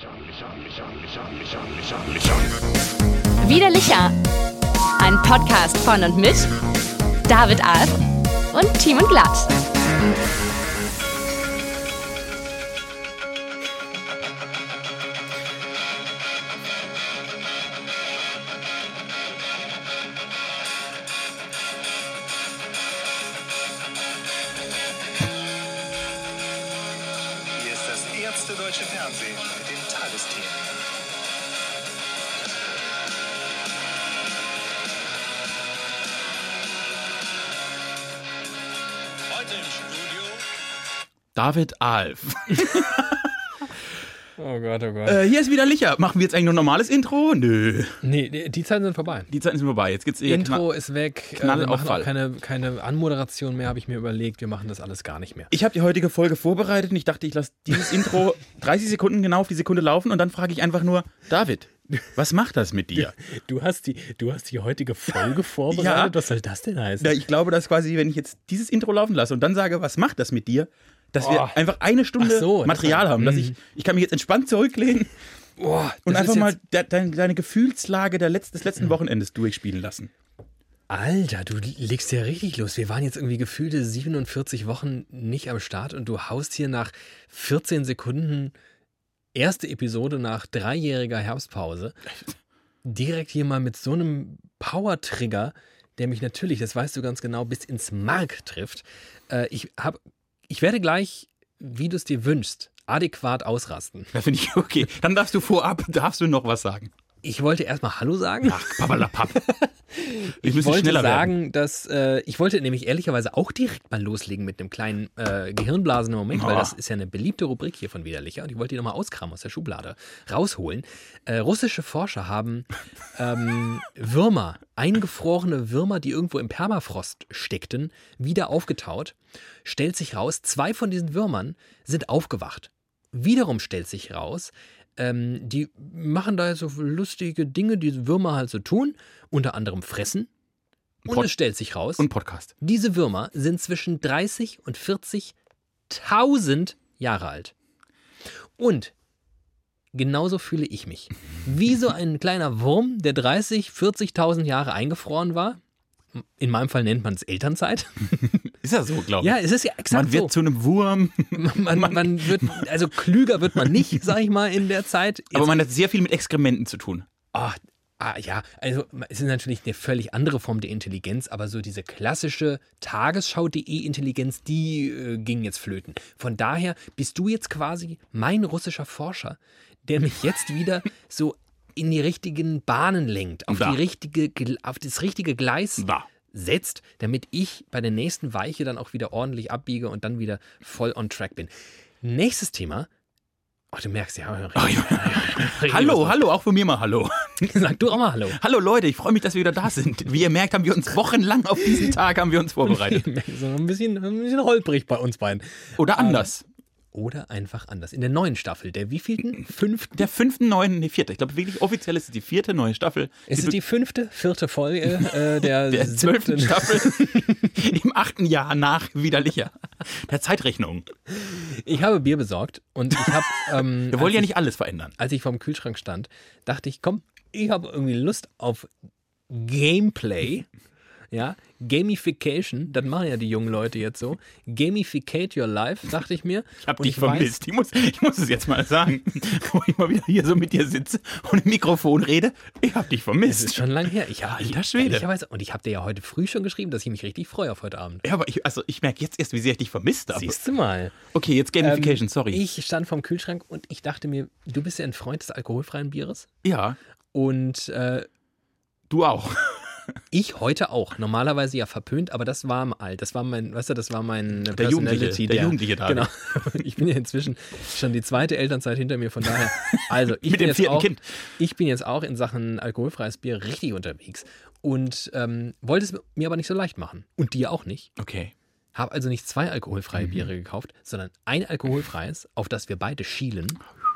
Widerlicher. Ein Podcast von und mit David Alf und Timon Glatt. Hier ist das erste deutsche Fernsehen mit den Tagesthemen. Heute im Studio David Alf. Oh Gott, oh Gott. Hier ist wieder Licher. Machen wir jetzt eigentlich noch ein normales Intro? Nö. Nee, die Zeiten sind vorbei. Die Zeiten sind vorbei. Jetzt geht's eher Intro ist weg. Knall Wir auf machen Fall. auch keine Anmoderation mehr, habe ich mir überlegt. Wir machen das alles gar nicht mehr. Ich habe die heutige Folge vorbereitet und ich dachte, ich lasse dieses Intro 30 Sekunden genau auf die Sekunde laufen und dann frage ich einfach nur, David, was macht das mit dir? Du hast die heutige Folge vorbereitet? Ja. Was soll das denn heißen? Ja, ich glaube, dass quasi, wenn ich jetzt dieses Intro laufen lasse und dann sage, was macht das mit dir, dass wir einfach eine Stunde Ach so, Material das- haben. Dass ich kann mich jetzt entspannt zurücklehnen Boah, und das einfach ist mal deine Gefühlslage des letzten Wochenendes durchspielen lassen. Alter, du legst ja richtig los. Wir waren jetzt irgendwie gefühlte 47 Wochen nicht am Start und du haust hier nach 14 Sekunden erste Episode nach 3-jähriger Herbstpause direkt hier mal mit so einem Power-Trigger, der mich natürlich, das weißt du ganz genau, bis ins Mark trifft. Ich werde gleich, wie du es dir wünschst, adäquat ausrasten. Das finde ich okay. Dann darfst du noch was sagen. Ich wollte erstmal Hallo sagen. Ach, papalapap. Ich wollte sagen, dass ich wollte nämlich ehrlicherweise auch direkt mal loslegen mit einem kleinen Gehirnblasen im Moment, weil das ist ja eine beliebte Rubrik hier von Widerlicher und ich wollte die nochmal auskramen aus der Schublade, rausholen. Russische Forscher haben Würmer, eingefrorene Würmer, die irgendwo im Permafrost steckten, wieder aufgetaut. Stellt sich raus, 2 von diesen Würmern sind aufgewacht. Wiederum stellt sich raus, die machen da so lustige Dinge, die Würmer halt so tun, unter anderem fressen. Und es stellt sich raus, Und Podcast. diese Würmer sind zwischen 30 und 40.000 Jahre alt. Und genauso fühle ich mich. Wie so ein kleiner Wurm, der 30, 40.000 Jahre eingefroren war. In meinem Fall nennt man es Elternzeit. Ist ja so, glaube ich. Ja, es ist ja exakt Man wird so. zu einem Wurm, Man wird, also klüger wird man nicht, sag ich mal, in der Zeit. aber man hat sehr viel mit Exkrementen zu tun. Ja, also es ist natürlich eine völlig andere Form der Intelligenz, aber so diese klassische Tagesschau.de-Intelligenz, die ging jetzt flöten. Von daher bist du jetzt quasi mein russischer Forscher, der mich jetzt wieder so in die richtigen Bahnen lenkt, auf das richtige Gleis setzt, damit ich bei der nächsten Weiche dann auch wieder ordentlich abbiege und dann wieder voll on track bin. Nächstes Thema. Oh, du merkst ja. Hallo, auch von mir mal Hallo. Sag du auch mal Hallo. Hallo Leute, ich freue mich, dass wir wieder da sind. Wie ihr merkt, haben wir uns wochenlang auf diesen Tag vorbereitet. So ein bisschen holprig bei uns beiden. Oder anders. Oder einfach anders. In der neuen Staffel, der wievielten? 5. Der 4. Ich glaube wirklich offiziell ist es die 4. neue Staffel. Es ist die 4. Folge der 12. 7. Staffel im 8. Jahr nach Widerlicher. Der Zeitrechnung. Ich habe Bier besorgt und ich habe... Wir wollen ja nicht alles verändern. Als ich vorm Kühlschrank stand, dachte ich, komm, ich habe irgendwie Lust auf Gameplay. Ja, Gamification, das machen ja die jungen Leute jetzt so. Gamificate your life, dachte ich mir. Ich habe Und dich vermisst. Ich muss es jetzt mal sagen. Wo ich mal wieder hier so mit dir sitze und im Mikrofon rede. Ich habe dich Es vermisst. ist schon lang her. Alter Schwede. Ehrlicherweise, und ich habe dir ja heute früh schon geschrieben, dass ich mich richtig freue auf heute Abend. Ja, aber ich merke jetzt erst, wie sehr ich dich vermisst habe. Siehst du mal. Okay, jetzt Gamification, sorry. Ich stand vorm Kühlschrank und ich dachte mir, du bist ja ein Freund des alkoholfreien Bieres. Ja, Und du auch. ich heute auch. Normalerweise ja verpönt, aber das war alt. Das war mein Der Jugendliche da. Genau. Ich bin ja inzwischen schon die 2. Elternzeit hinter mir, von daher. Also ich Mit bin dem jetzt 4. auch, Kind. Ich bin jetzt auch in Sachen alkoholfreies Bier richtig unterwegs und wollte es mir aber nicht so leicht machen. Und dir auch nicht. Okay. Habe also nicht 2 alkoholfreie Biere gekauft, sondern ein alkoholfreies, auf das wir beide schielen.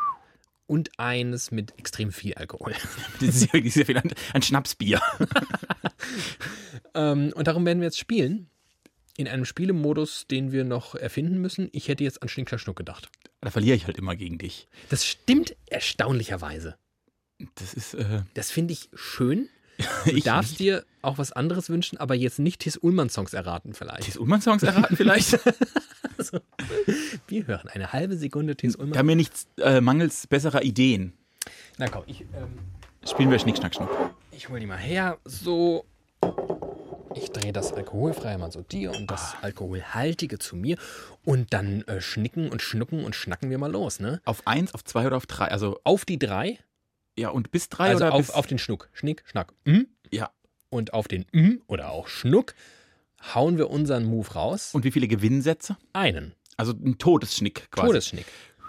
Und eines mit extrem viel Alkohol. Das ist ja wirklich sehr viel ein Schnapsbier. Und darum werden wir jetzt spielen. in einem Spielemodus, den wir noch erfinden müssen. Ich hätte jetzt an Schnick, Schnack, Schnuck gedacht. Da verliere ich halt immer gegen dich. Das stimmt erstaunlicherweise. Das ist, Das finde ich schön. Du darfst dir auch was anderes wünschen, aber jetzt nicht Thies Ullmann-Songs erraten vielleicht. Thies Ullmann-Songs erraten vielleicht? Also, wir hören eine halbe Sekunde Thies Ullmann. Wir haben ja nichts mangels besserer Ideen. Na komm, Spielen wir Schnick, Schnack, Schnuck. ich hol die mal her. So, ich drehe das Alkoholfreie mal zu dir und das Alkoholhaltige zu mir. Und dann schnicken und schnucken und schnacken wir mal los, ne? Auf 1, auf 2 oder auf 3? Also Auf die 3. ja, und bis 3 Also oder bis... auf den Schnuck. Schnick, Schnack. Ja. Und auf den oder auch Schnuck hauen wir unseren Move raus. Und wie viele Gewinnsätze? Einen. Also ein Todesschnick quasi. Todesschnick.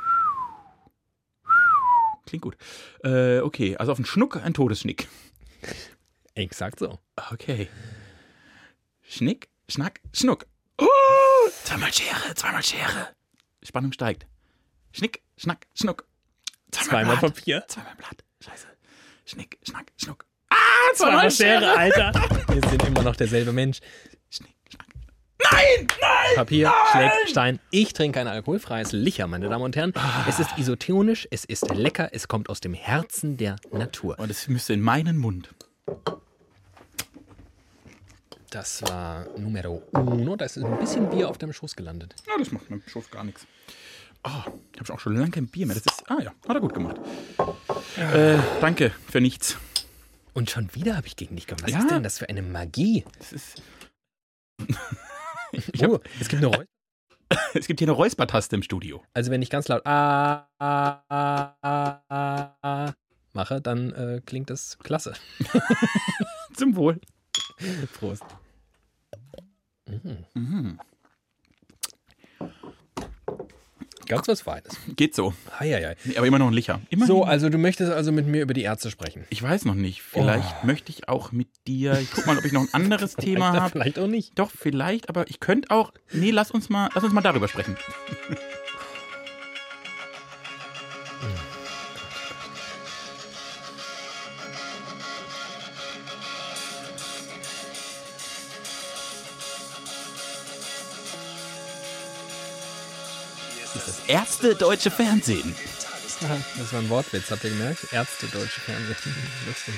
Klingt gut. Okay, also auf den Schnuck ein Todesschnick. Exakt so. Okay. Schnick, Schnack, Schnuck. Zweimal Schere. Spannung steigt. Schnick, Schnack, Schnuck. Zweimal Blatt. Papier. Zweimal Blatt. Scheiße. Schnick, Schnack, Schnuck. Zweimal Schere, Alter. Wir sind immer noch derselbe Mensch. Schnick, Schnack. Nein! Papier schlägt Stein. Ich trinke ein alkoholfreies Licher, meine Damen und Herren. Es ist isotonisch, es ist lecker, es kommt aus dem Herzen der Natur. Und es müsste in meinen Mund. Das war Numero uno. Da ist ein bisschen Bier auf deinem Schoß gelandet. Ja, das macht meinem Schoß gar nichts. Ich habe auch schon lange kein Bier mehr. Das ist, ja, hat er gut gemacht. Danke für nichts. Und schon wieder habe ich gegen dich gewonnen. Was Ja. ist denn das für eine Magie? Das ist... Es gibt eine Räusper. Es gibt hier eine Räuspertaste im Studio. Also wenn ich ganz laut mache, dann klingt das klasse. Zum Wohl. Prost. Ganz was Feines. Geht so. Heieiei. Aber immer noch ein Licher. Immerhin. So, also du möchtest also mit mir über die Ärzte sprechen. Ich weiß noch nicht. Vielleicht möchte ich auch mit dir. Ich guck mal, ob ich noch ein anderes Thema habe. Vielleicht auch nicht. Doch, vielleicht, aber ich könnte auch. Nee, lass uns mal darüber sprechen. Das ist das erste deutsche Fernsehen. Das war ein Wortwitz, habt ihr gemerkt? Ärzte, deutsche Fernsehen. Lustig.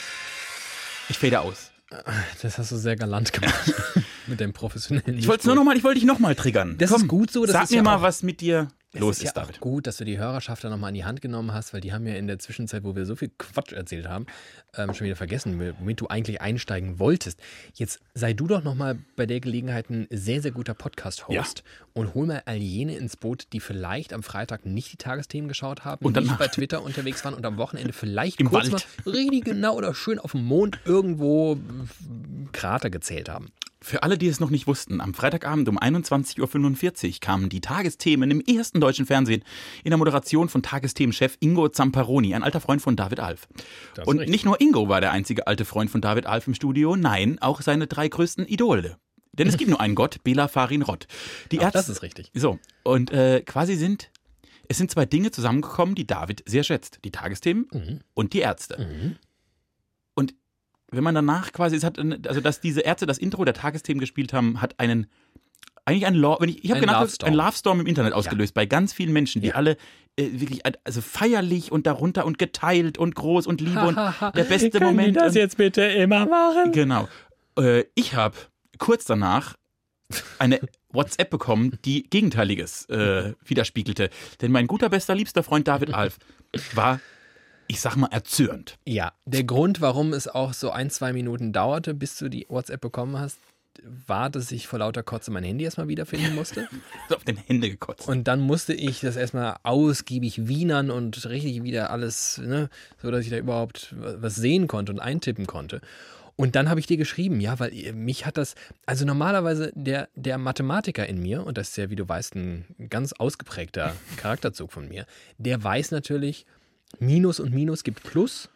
Ich fade aus. Das hast du sehr galant gemacht. Mit dem professionellen Ich wollte dich nochmal triggern. Das ist gut so. Das Sag ist mir ja mal, auch, was mit dir los ist. Ja David. auch gut, dass du die Hörerschaft da nochmal in die Hand genommen hast, weil die haben ja in der Zwischenzeit, wo wir so viel Quatsch erzählt haben, schon wieder vergessen, womit du eigentlich einsteigen wolltest. Jetzt sei du doch nochmal bei der Gelegenheit ein sehr, sehr guter Podcast-Host und hol mal all jene ins Boot, die vielleicht am Freitag nicht die Tagesthemen geschaut haben, Und nicht bei Twitter unterwegs waren und am Wochenende vielleicht Im kurz Wald. mal richtig genau oder schön auf dem Mond irgendwo Krater gezählt haben. Für alle, die es noch nicht wussten, am Freitagabend um 21.45 Uhr kamen die Tagesthemen im ersten deutschen Fernsehen in der Moderation von Tagesthemenchef Ingo Zamparoni, ein alter Freund von David Alf. Das ist Und richtig. nicht nur Ingo war der einzige alte Freund von David Alf im Studio, nein, auch seine 3 größten Idole. Denn es gibt nur einen Gott, Bela Farin Rott. Die Auch das ist richtig. So, und quasi sind 2 Dinge zusammengekommen, die David sehr schätzt. Die Tagesthemen und die Ärzte. Und wenn man danach quasi, dass diese Ärzte das Intro der Tagesthemen gespielt haben, hat ich habe gedacht, ein Love Storm im Internet ausgelöst bei ganz vielen Menschen, die alle wirklich also feierlich und darunter und geteilt und groß und Liebe und der beste Moment. Können die das jetzt bitte immer machen? Genau. Ich habe kurz danach eine WhatsApp bekommen, die Gegenteiliges widerspiegelte. Denn mein guter, bester, liebster Freund David Alf war, ich sag mal, erzürnt. Ja, der Grund, warum es auch so 1-2 Minuten dauerte, bis du die WhatsApp bekommen hast, war, dass ich vor lauter Kotze mein Handy erstmal wiederfinden musste. So auf den Hände gekotzt. Und dann musste ich das erstmal ausgiebig wienern und richtig wieder alles, ne, so dass ich da überhaupt was sehen konnte und eintippen konnte. Und dann habe ich dir geschrieben, ja, weil mich hat das, also normalerweise der Mathematiker in mir, und das ist ja, wie du weißt, ein ganz ausgeprägter Charakterzug von mir, der weiß natürlich, Minus und Minus gibt Plus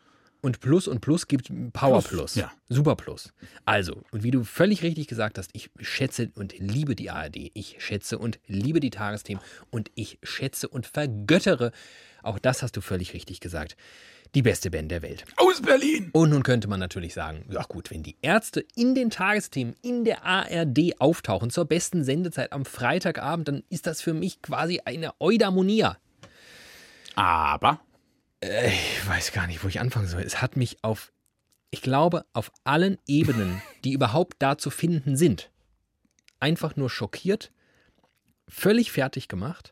Und Plus gibt Power Plus. Ja. Super Plus. Also, und wie du völlig richtig gesagt hast, ich schätze und liebe die ARD. Ich schätze und liebe die Tagesthemen. Und ich schätze und vergöttere, auch das hast du völlig richtig gesagt, die beste Band der Welt. Aus Berlin! Und nun könnte man natürlich sagen, ja gut, wenn die Ärzte in den Tagesthemen in der ARD auftauchen zur besten Sendezeit am Freitagabend, dann ist das für mich quasi eine Eudaimonia. Aber Ich weiß gar nicht, wo ich anfangen soll. Es hat mich ich glaube, auf allen Ebenen, die überhaupt da zu finden sind, einfach nur schockiert, völlig fertig gemacht,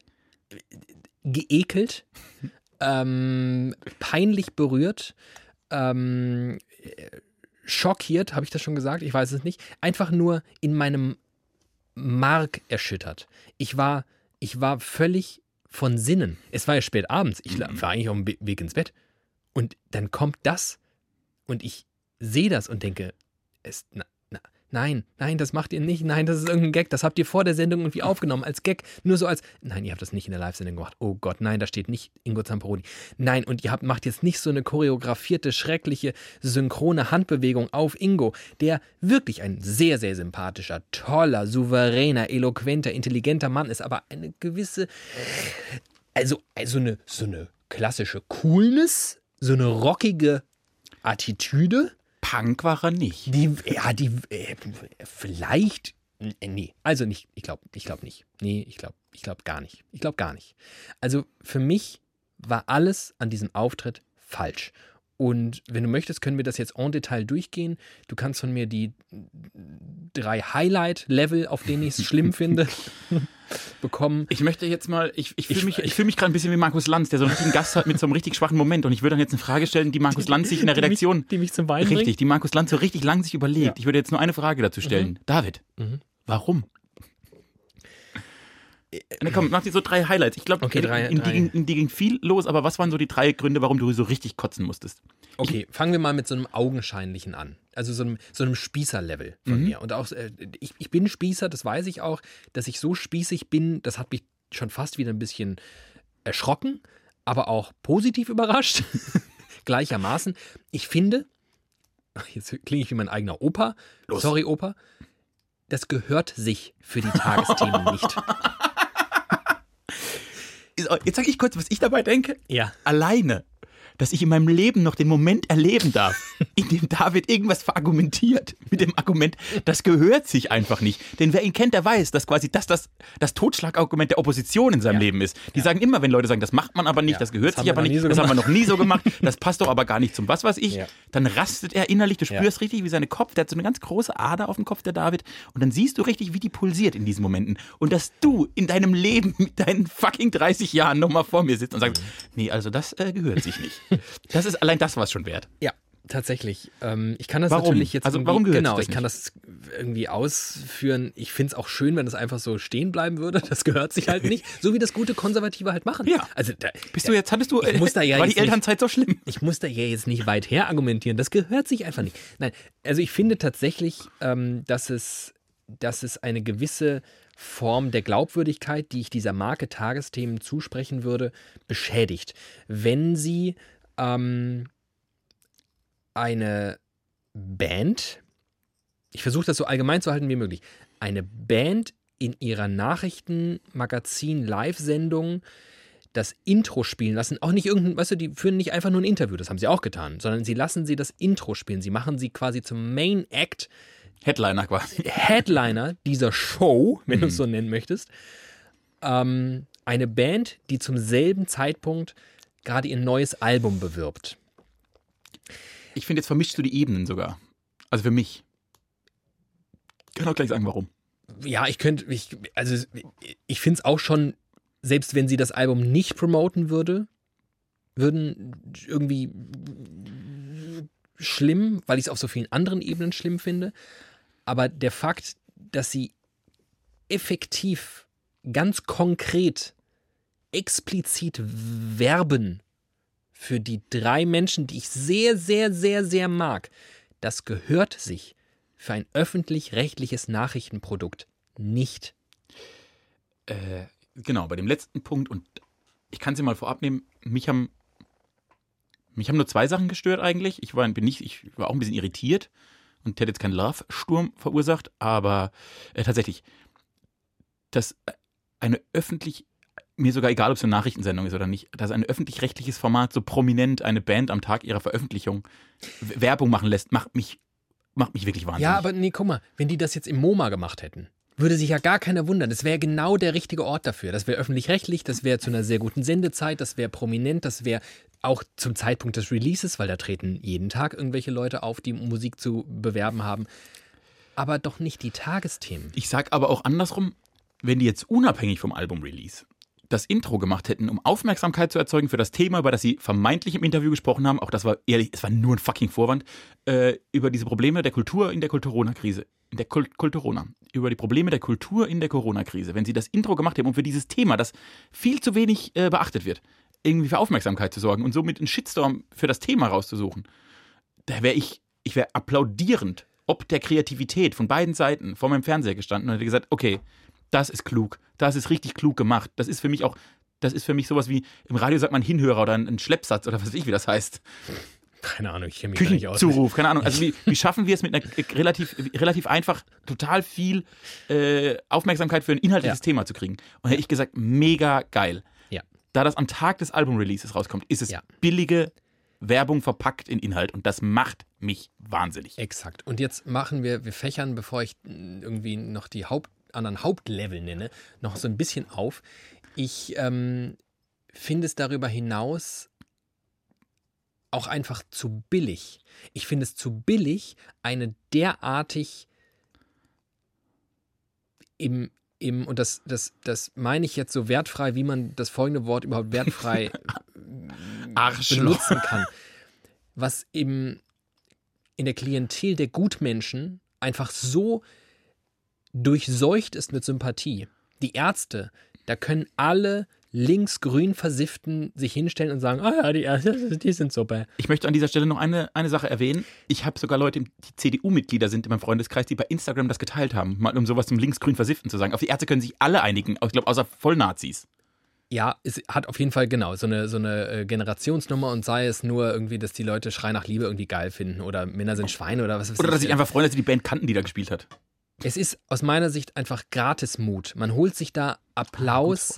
geekelt, peinlich berührt, schockiert, habe ich das schon gesagt? Ich weiß es nicht. Einfach nur in meinem Mark erschüttert. Ich war völlig von Sinnen. Es war ja spät abends. Ich war eigentlich auf dem Weg ins Bett. Und dann kommt das und ich sehe das und denke, nein, das macht ihr nicht. Nein, das ist irgendein Gag. Das habt ihr vor der Sendung irgendwie aufgenommen als Gag. Nur so nein, ihr habt das nicht in der Live-Sendung gemacht. Oh Gott, nein, da steht nicht Ingo Zamperoni. Nein, und ihr macht jetzt nicht so eine choreografierte, schreckliche, synchrone Handbewegung auf Ingo, der wirklich ein sehr, sehr sympathischer, toller, souveräner, eloquenter, intelligenter Mann ist, aber eine gewisse, so eine klassische Coolness, so eine rockige Attitüde. Punk war er nicht. Vielleicht, nee, also nicht, ich glaube nicht. Nee, ich glaube gar nicht. Ich glaube gar nicht. Also für mich war alles an diesem Auftritt falsch. Und wenn du möchtest, können wir das jetzt en Detail durchgehen. Du kannst von mir die 3 Highlight-Level, auf denen ich es schlimm finde, bekommen. Ich möchte jetzt mal, ich fühle mich gerade ein bisschen wie Markus Lanz, der so einen richtigen Gast hat mit so einem richtig schwachen Moment. Und ich würde dann jetzt eine Frage stellen, die Markus Lanz sich in der Redaktion... Die mich zum Weinen Richtig, bringt. die Markus Lanz so richtig lang sich überlegt. Ja. Ich würde jetzt nur eine Frage dazu stellen. David, warum? Komm, mach dir so 3 Highlights. Ich glaube, die ging viel los, aber was waren so die 3 Gründe, warum du so richtig kotzen musstest? Okay, fangen wir mal mit so einem Augenscheinlichen an. Also so einem Spießer-Level von mir. Und auch, ich bin Spießer, das weiß ich auch. Dass ich so spießig bin, das hat mich schon fast wieder ein bisschen erschrocken, aber auch positiv überrascht. Gleichermaßen. Ich finde, jetzt klinge ich wie mein eigener Opa. Los. Sorry, Opa. Das gehört sich für die Tagesthemen nicht. Jetzt sage ich kurz, was ich dabei denke. Ja. Alleine, dass ich in meinem Leben noch den Moment erleben darf, in dem David irgendwas verargumentiert mit dem Argument, das gehört sich einfach nicht. Denn wer ihn kennt, der weiß, dass quasi das Totschlagargument der Opposition in seinem Leben ist. Die sagen immer, wenn Leute sagen, das macht man aber nicht, das gehört sich aber nicht, das haben wir noch nie so gemacht, das passt doch aber gar nicht zum was weiß ich, dann rastet er innerlich, du spürst richtig, wie seine Kopf, der hat so eine ganz große Ader auf dem Kopf, der David, und dann siehst du richtig, wie die pulsiert in diesen Momenten. Und dass du in deinem Leben mit deinen fucking 30 Jahren nochmal vor mir sitzt und sagst, nee, also das gehört sich nicht. Das ist allein das was schon wert. Ja, tatsächlich. Ich kann das warum? Natürlich jetzt warum gehört genau, das ich kann das irgendwie ausführen. Ich finde es auch schön, wenn das einfach so stehen bleiben würde. Das gehört sich halt nicht. So wie das gute Konservative halt machen. Ja. Also war die Elternzeit so schlimm? Ich muss da ja jetzt nicht weit her argumentieren. Das gehört sich einfach nicht. Nein, also ich finde tatsächlich, dass es eine gewisse Form der Glaubwürdigkeit, die ich dieser Marke Tagesthemen zusprechen würde, beschädigt. Wenn sie eine Band, ich versuche das so allgemein zu halten wie möglich, eine Band in ihrer Nachrichtenmagazin-Live-Sendung das Intro spielen lassen, auch nicht die führen nicht einfach nur ein Interview, das haben sie auch getan, sondern sie lassen sie das Intro spielen, sie machen sie quasi zum Main Act, Headliner quasi. Headliner dieser Show, wenn du es so nennen möchtest. Eine Band, die zum selben Zeitpunkt gerade ihr neues Album bewirbt. Ich finde, jetzt vermischst du die Ebenen sogar. Also für mich. Ich kann auch gleich sagen, warum. Ja, ich finde es auch schon, selbst wenn sie das Album nicht promoten würden irgendwie schlimm, weil ich es auf so vielen anderen Ebenen schlimm finde. Aber der Fakt, dass sie effektiv, ganz konkret, explizit werben für die 3 Menschen, die ich sehr, sehr, sehr, sehr mag, das gehört sich für ein öffentlich-rechtliches Nachrichtenprodukt nicht. Genau, bei dem letzten Punkt, und ich kann sie mal vorab nehmen, mich haben Mich haben nur 2 Sachen gestört eigentlich. Ich war auch ein bisschen irritiert und hätte jetzt keinen Love-Sturm verursacht, aber tatsächlich, dass eine mir sogar egal, ob es eine Nachrichtensendung ist oder nicht, dass ein öffentlich-rechtliches Format so prominent eine Band am Tag ihrer Veröffentlichung Werbung machen lässt, macht mich wirklich wahnsinnig. Ja, aber nee, guck mal, wenn die das jetzt im MoMA gemacht hätten, würde sich ja gar keiner wundern. Das wäre genau der richtige Ort dafür. Das wäre öffentlich-rechtlich, das wäre zu einer sehr guten Sendezeit, das wäre prominent, das wäre auch zum Zeitpunkt des Releases, weil da treten jeden Tag irgendwelche Leute auf, die Musik zu bewerben haben. Aber doch nicht die Tagesthemen. Ich sag aber auch andersrum, wenn die jetzt unabhängig vom Album-Release das Intro gemacht hätten, um Aufmerksamkeit zu erzeugen für das Thema, über das sie vermeintlich im Interview gesprochen haben, auch das war ehrlich, es war nur ein fucking Vorwand, über diese Probleme der Kultur in der Corona-Krise. Über die Probleme der Kultur in der Corona-Krise. Wenn sie das Intro gemacht haben, um für dieses Thema, das viel zu wenig beachtet wird, irgendwie für Aufmerksamkeit zu sorgen und somit einen Shitstorm für das Thema rauszusuchen, da wäre ich wäre applaudierend ob der Kreativität von beiden Seiten vor meinem Fernseher gestanden und hätte gesagt, okay, das ist klug, das ist richtig klug gemacht. Das ist für mich sowas wie, im Radio sagt man Hinhörer oder ein Schleppsatz oder was weiß ich, wie das heißt. Keine Ahnung, ich kenne mich gar nicht aus. Zuruf, keine Ahnung. Also wie schaffen wir es mit einer relativ einfach total viel Aufmerksamkeit für ein inhaltliches Thema zu kriegen? Und hätte ich gesagt, mega geil. Ja. Da das am Tag des Album-Releases rauskommt, ist es billige Werbung verpackt in Inhalt und das macht mich wahnsinnig. Exakt. Und jetzt wir fächern, bevor ich irgendwie noch die anderen Hauptlevel nenne, noch so ein bisschen auf. Ich finde es darüber hinaus auch einfach zu billig. Ich finde es zu billig, eine derartig und das meine ich jetzt so wertfrei, wie man das folgende Wort überhaupt wertfrei benutzen kann. Was in der Klientel der Gutmenschen einfach so durchseucht ist mit Sympathie. Die Ärzte, da können alle linksgrün Versifften sich hinstellen und sagen, die Ärzte, die sind super. Ich möchte an dieser Stelle noch eine Sache erwähnen. Ich habe sogar Leute, die CDU-Mitglieder sind in meinem Freundeskreis, die bei Instagram das geteilt haben, mal um sowas zum linksgrün Versifften zu sagen. Auf die Ärzte können sich alle einigen, ich glaube, außer Vollnazis. Ja, es hat auf jeden Fall so eine Generationsnummer und sei es nur irgendwie, dass die Leute Schrei nach Liebe irgendwie geil finden oder Männer sind Schweine oder was weiß ich. Oder dass sich einfach freuen, dass sie die Band kannten, die da gespielt hat. Es ist aus meiner Sicht einfach Gratismut. Man holt sich da Applaus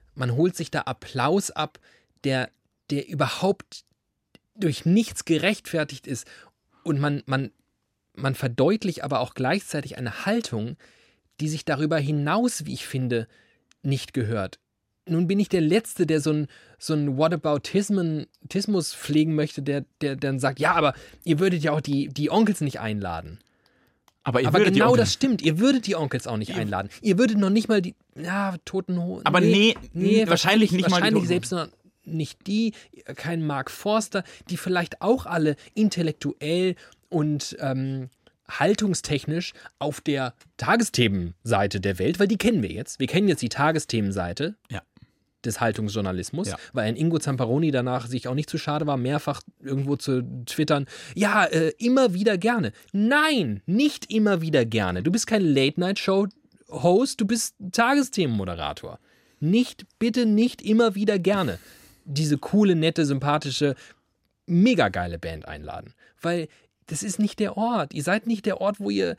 ab, der überhaupt durch nichts gerechtfertigt ist. Und man verdeutlicht aber auch gleichzeitig eine Haltung, die sich darüber hinaus, wie ich finde, nicht gehört. Nun bin ich der Letzte, der so ein Whataboutismus pflegen möchte, der dann sagt, ja, aber ihr würdet ja auch die Onkels nicht einladen. Aber genau das stimmt, ihr würdet die Onkels auch nicht einladen. Ihr würdet noch nicht mal die Toten Hosen. Aber nee, wahrscheinlich nicht mal die Wahrscheinlich selbst noch nicht die, kein Mark Forster, die vielleicht auch alle intellektuell und haltungstechnisch auf der Tagesthemenseite der Welt, weil die kennen wir jetzt. Wir kennen jetzt die Tagesthemenseite des Haltungsjournalismus, weil ein Ingo Zamparoni danach sich auch nicht zu schade war, mehrfach irgendwo zu twittern, immer wieder gerne. Nein, nicht immer wieder gerne. Du bist kein Late-Night-Show-Host, du bist Tagesthemenmoderator. Bitte nicht immer wieder gerne diese coole, nette, sympathische, mega geile Band einladen. Weil das ist nicht der Ort. Ihr seid nicht der Ort, wo ihr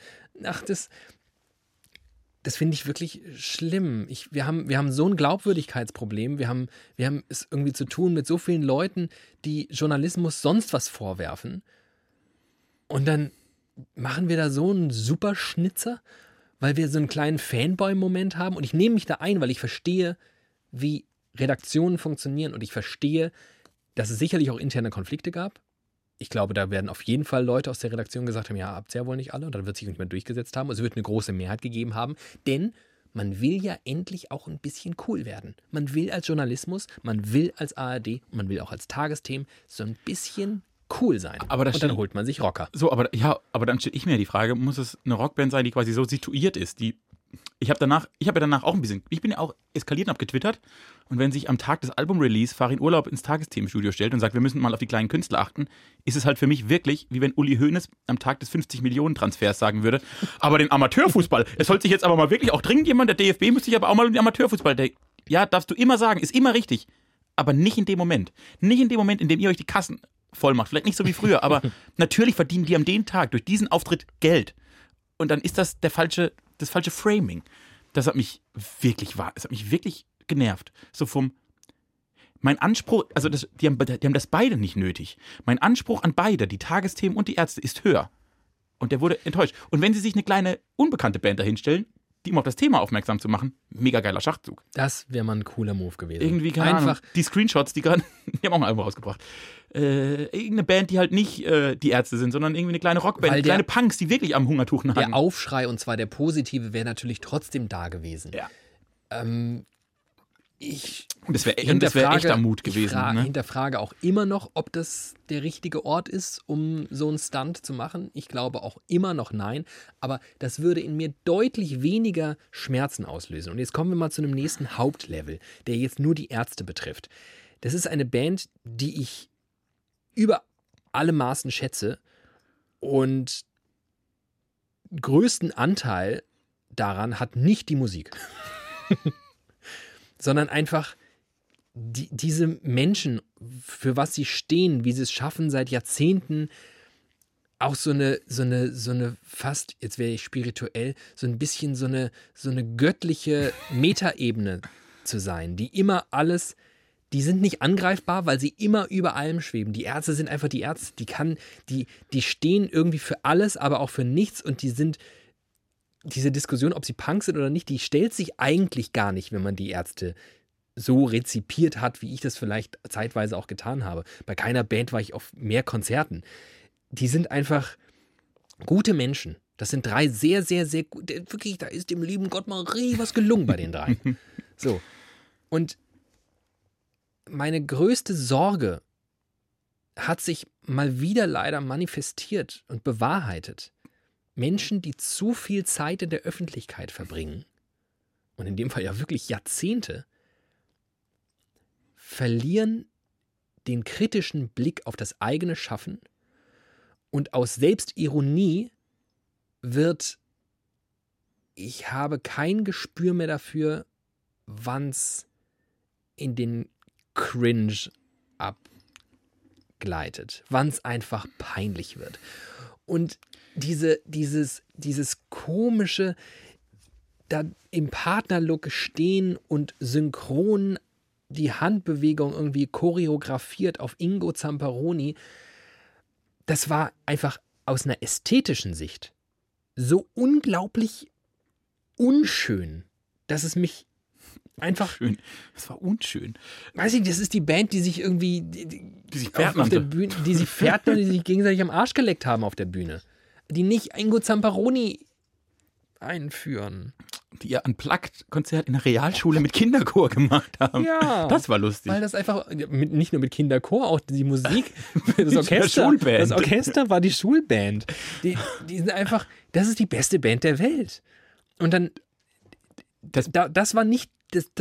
das finde ich wirklich schlimm. Wir haben so ein Glaubwürdigkeitsproblem. Wir haben es irgendwie zu tun mit so vielen Leuten, die Journalismus sonst was vorwerfen. Und dann machen wir da so einen Superschnitzer, weil wir so einen kleinen Fanboy-Moment haben. Und ich nehme mich da ein, weil ich verstehe, wie Redaktionen funktionieren. Und ich verstehe, dass es sicherlich auch interne Konflikte gab. Ich glaube, da werden auf jeden Fall Leute aus der Redaktion gesagt haben, ja, habt's ja wohl nicht alle. Und dann wird sich nicht mehr durchgesetzt haben. Es wird eine große Mehrheit gegeben haben. Denn man will ja endlich auch ein bisschen cool werden. Man will als Journalismus, man will als ARD und man will auch als Tagesthemen so ein bisschen cool sein. Und dann holt man sich Rocker. So, aber dann stelle ich mir die Frage, muss es eine Rockband sein, die quasi so situiert ist, ich habe ja danach auch ein bisschen, ich bin ja auch eskaliert und habe getwittert. Und wenn sich am Tag des Album-Release Farin Urlaub ins Tagesthemenstudio stellt und sagt, wir müssen mal auf die kleinen Künstler achten, ist es halt für mich wirklich, wie wenn Uli Hoeneß am Tag des 50-Millionen-Transfers sagen würde, aber den Amateurfußball, es sollte sich jetzt aber mal wirklich auch dringend jemand, der DFB müsste sich aber auch mal um den Amateurfußball denken. Ja, darfst du immer sagen, ist immer richtig, aber nicht in dem Moment. Nicht in dem Moment, in dem ihr euch die Kassen voll macht. Vielleicht nicht so wie früher, aber natürlich verdienen die an dem Tag durch diesen Auftritt Geld. Und dann ist das das falsche Framing. Das hat mich wirklich genervt. So mein Anspruch, also die haben das beide nicht nötig. Mein Anspruch an beide, die Tagesthemen und die Ärzte, ist höher. Und der wurde enttäuscht. Und wenn sie sich eine kleine, unbekannte Band dahinstellen, die um auf das Thema aufmerksam zu machen, mega geiler Schachzug. Das wäre mal ein cooler Move gewesen. Irgendwie, keine Ahnung. Die Screenshots, die haben auch ein Album rausgebracht. Irgendeine Band, die halt nicht die Ärzte sind, sondern irgendwie eine kleine Rockband, kleine Punks, die wirklich am Hungertuch nagen. Der Aufschrei, und zwar der positive, wäre natürlich trotzdem da gewesen. Ja. Das wäre echter Mut gewesen. Ich hinterfrage auch immer noch, ob das der richtige Ort ist, um so einen Stunt zu machen. Ich glaube auch immer noch nein. Aber das würde in mir deutlich weniger Schmerzen auslösen. Und jetzt kommen wir mal zu einem nächsten Hauptlevel, der jetzt nur die Ärzte betrifft. Das ist eine Band, die ich über alle Maßen schätze und größten Anteil daran hat nicht die Musik. Sondern einfach diese Menschen, für was sie stehen, wie sie es schaffen, seit Jahrzehnten auch so eine fast, jetzt wäre ich spirituell, so ein bisschen so eine göttliche Metaebene zu sein, die immer alles, die sind nicht angreifbar, weil sie immer über allem schweben. Die Ärzte sind einfach die Ärzte, die stehen irgendwie für alles, aber auch für nichts, und die sind, diese Diskussion, ob sie Punk sind oder nicht, die stellt sich eigentlich gar nicht, wenn man die Ärzte so rezipiert hat, wie ich das vielleicht zeitweise auch getan habe. Bei keiner Band war ich auf mehr Konzerten. Die sind einfach gute Menschen. Das sind 3 sehr, sehr, sehr gut. Wirklich, da ist dem lieben Gott mal was gelungen bei den 3. So. Und meine größte Sorge hat sich mal wieder leider manifestiert und bewahrheitet. Menschen, die zu viel Zeit in der Öffentlichkeit verbringen, und in dem Fall ja wirklich Jahrzehnte, verlieren den kritischen Blick auf das eigene Schaffen, und aus Selbstironie wird, ich habe kein Gespür mehr dafür, wann's in den Cringe abgleitet, wann's einfach peinlich wird. Und dieses komische, da im Partnerlook stehen und synchron die Handbewegung irgendwie choreografiert auf Ingo Zamperoni, das war einfach aus einer ästhetischen Sicht so unglaublich unschön, dass es mich einfach... Schön. Das war unschön. Weiß ich, das ist die Band, die sich irgendwie... Die sich Pferdnannte. Auf der Bühne, die sich Pferdnannte, die sich gegenseitig am Arsch geleckt haben auf der Bühne. Die nicht Ingo Zamperoni einführen. Die ihr Unplugged-Konzert in der Realschule mit Kinderchor gemacht haben. Ja. Das war lustig. Weil das einfach, nicht nur mit Kinderchor, auch die Musik, das Orchester. Das Orchester war die Schulband. Die sind einfach, das ist die beste Band der Welt. Und dann, das war nicht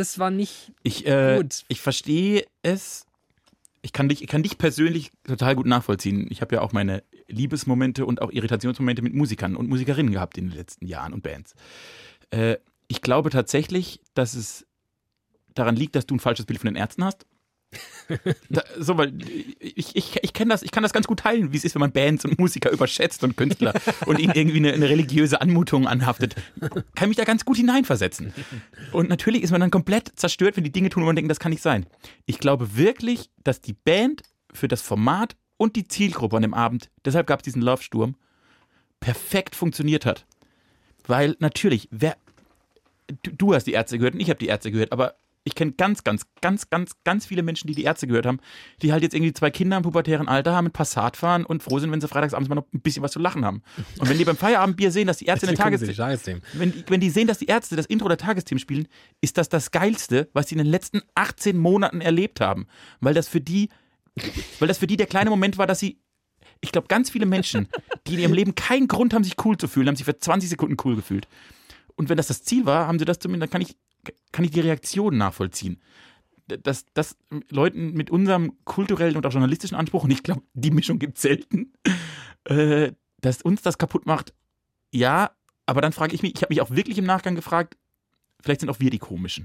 gut. Ich verstehe es. Ich kann dich persönlich total gut nachvollziehen. Ich habe ja auch meine Liebesmomente und auch Irritationsmomente mit Musikern und Musikerinnen gehabt in den letzten Jahren und Bands. Ich glaube tatsächlich, dass es daran liegt, dass du ein falsches Bild von den Ärzten hast. Weil ich kenne das, ich kann das ganz gut teilen, wie es ist, wenn man Bands und Musiker überschätzt und Künstler und ihnen irgendwie eine religiöse Anmutung anhaftet. Kann mich da ganz gut hineinversetzen. Und natürlich ist man dann komplett zerstört, wenn die Dinge tun und man denkt, das kann nicht sein. Ich glaube wirklich, dass die Band für das Format und die Zielgruppe an dem Abend, deshalb gab es diesen Love-Sturm, perfekt funktioniert hat. Weil natürlich, du hast die Ärzte gehört und ich habe die Ärzte gehört, aber ich kenne ganz viele Menschen, die Ärzte gehört haben, die halt jetzt irgendwie 2 Kinder im pubertären Alter haben, mit Passat fahren und froh sind, wenn sie freitagsabends mal noch ein bisschen was zu lachen haben. Und wenn die beim Feierabendbier sehen, dass die Ärzte wenn die sehen, dass die Ärzte das Intro der Tagesthemen spielen, ist das Geilste, was sie in den letzten 18 Monaten erlebt haben. Weil das für die der kleine Moment war, dass sie, ich glaube, ganz viele Menschen, die in ihrem Leben keinen Grund haben, sich cool zu fühlen, haben sich für 20 Sekunden cool gefühlt. Und wenn das Ziel war, haben sie das zumindest, dann kann ich die Reaktion nachvollziehen. Dass Leuten mit unserem kulturellen und auch journalistischen Anspruch, und ich glaube, die Mischung gibt es selten, dass uns das kaputt macht, ja, aber dann frage ich mich, ich habe mich auch wirklich im Nachgang gefragt, vielleicht sind auch wir die Komischen.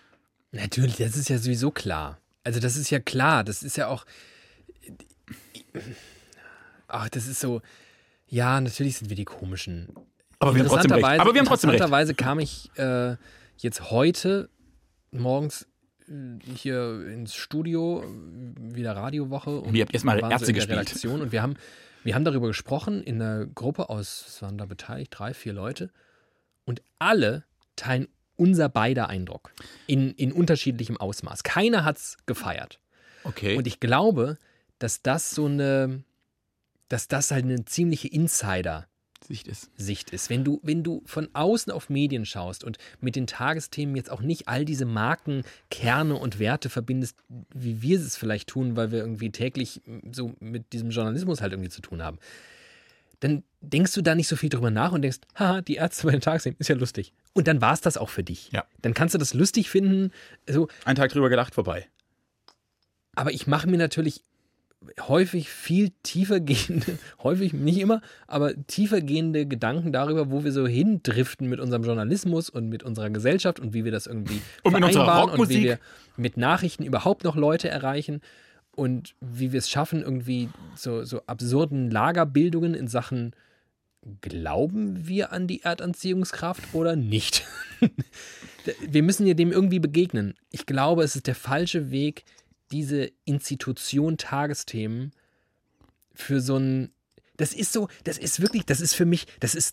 Natürlich, das ist ja sowieso klar. Also das ist ja klar, das ist ja auch, Ach, das ist so, ja, natürlich sind wir die Komischen. Aber wir haben trotzdem recht. Interessanterweise kam ich jetzt heute morgens hier ins Studio, wieder Radiowoche. Und ihr habt erstmal Ärzte gespielt. Redaktion und wir haben darüber gesprochen in einer Gruppe aus, es waren da beteiligt, 3, 4 Leute. Und alle teilen unser beider Eindruck in unterschiedlichem Ausmaß. Keiner hat es gefeiert. Okay. Und ich glaube, dass das halt eine ziemliche Sicht ist. Wenn du von außen auf Medien schaust und mit den Tagesthemen jetzt auch nicht all diese Marken, Kerne und Werte verbindest, wie wir es vielleicht tun, weil wir irgendwie täglich so mit diesem Journalismus halt irgendwie zu tun haben, dann denkst du da nicht so viel drüber nach und denkst, haha, die Ärzte bei den Tagesthemen, ist ja lustig. Und dann war es das auch für dich. Ja. Dann kannst du das lustig finden. So. Einen Tag drüber gedacht, vorbei. Aber ich mache mir natürlich häufig viel tiefergehende, häufig nicht immer, aber tiefergehende Gedanken darüber, wo wir so hindriften mit unserem Journalismus und mit unserer Gesellschaft und wie wir das irgendwie vereinbaren und wie wir mit Nachrichten überhaupt noch Leute erreichen und wie wir es schaffen, irgendwie so absurden Lagerbildungen in Sachen, glauben wir an die Erdanziehungskraft oder nicht? Wir müssen ja dem irgendwie begegnen. Ich glaube, es ist der falsche Weg, diese Institution Tagesthemen für so ein, das ist für mich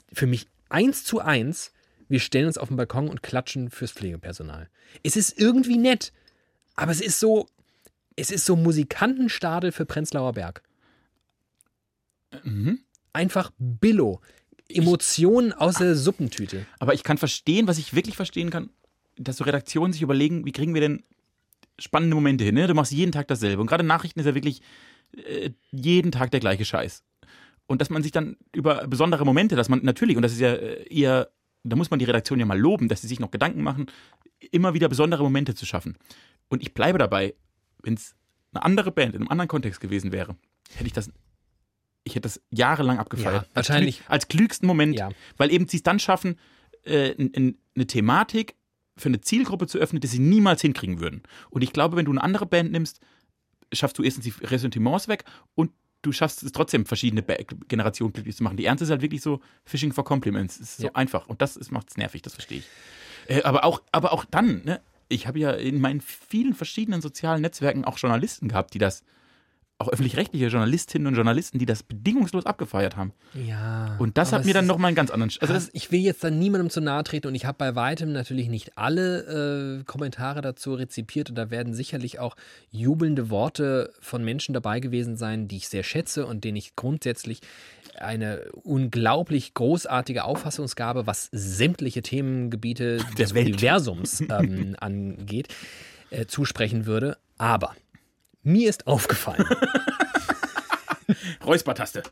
1:1, wir stellen uns auf den Balkon und klatschen fürs Pflegepersonal. Es ist irgendwie nett, aber es ist so Musikantenstadel für Prenzlauer Berg. Mhm. Einfach Billo. Emotionen aus der Suppentüte. Aber ich kann verstehen, was ich wirklich verstehen kann, dass so Redaktionen sich überlegen, wie kriegen wir denn spannende Momente hin, ne? Du machst jeden Tag dasselbe. Und gerade Nachrichten ist ja wirklich jeden Tag der gleiche Scheiß. Und dass man sich dann über besondere Momente, dass man natürlich, und das ist ja eher, da muss man die Redaktion ja mal loben, dass sie sich noch Gedanken machen, immer wieder besondere Momente zu schaffen. Und ich bleibe dabei, wenn es eine andere Band in einem anderen Kontext gewesen wäre, hätte ich das jahrelang abgefeiert. Ja, wahrscheinlich. Als klügsten Moment, Ja. weil eben sie es dann schaffen, eine Thematik für eine Zielgruppe zu öffnen, die sie niemals hinkriegen würden. Und ich glaube, wenn du eine andere Band nimmst, schaffst du erstens die Ressentiments weg und du schaffst es trotzdem, verschiedene Generationen glücklich zu machen. Die Ernst ist halt wirklich so Fishing for Compliments. Es ist so einfach. Und das macht es nervig, das verstehe ich. Aber auch dann, ne? Ich habe ja in meinen vielen verschiedenen sozialen Netzwerken auch Journalisten gehabt, die das, auch öffentlich-rechtliche Journalistinnen und Journalisten, die das bedingungslos abgefeiert haben. Ja. Und das hat mir dann nochmal einen ganz anderen... Ich will jetzt dann niemandem zu nahe treten und ich habe bei weitem natürlich nicht alle Kommentare dazu rezipiert und da werden sicherlich auch jubelnde Worte von Menschen dabei gewesen sein, die ich sehr schätze und denen ich grundsätzlich eine unglaublich großartige Auffassungsgabe, was sämtliche Themengebiete des Universums angeht, zusprechen würde. Aber mir ist aufgefallen. Räuspertaste.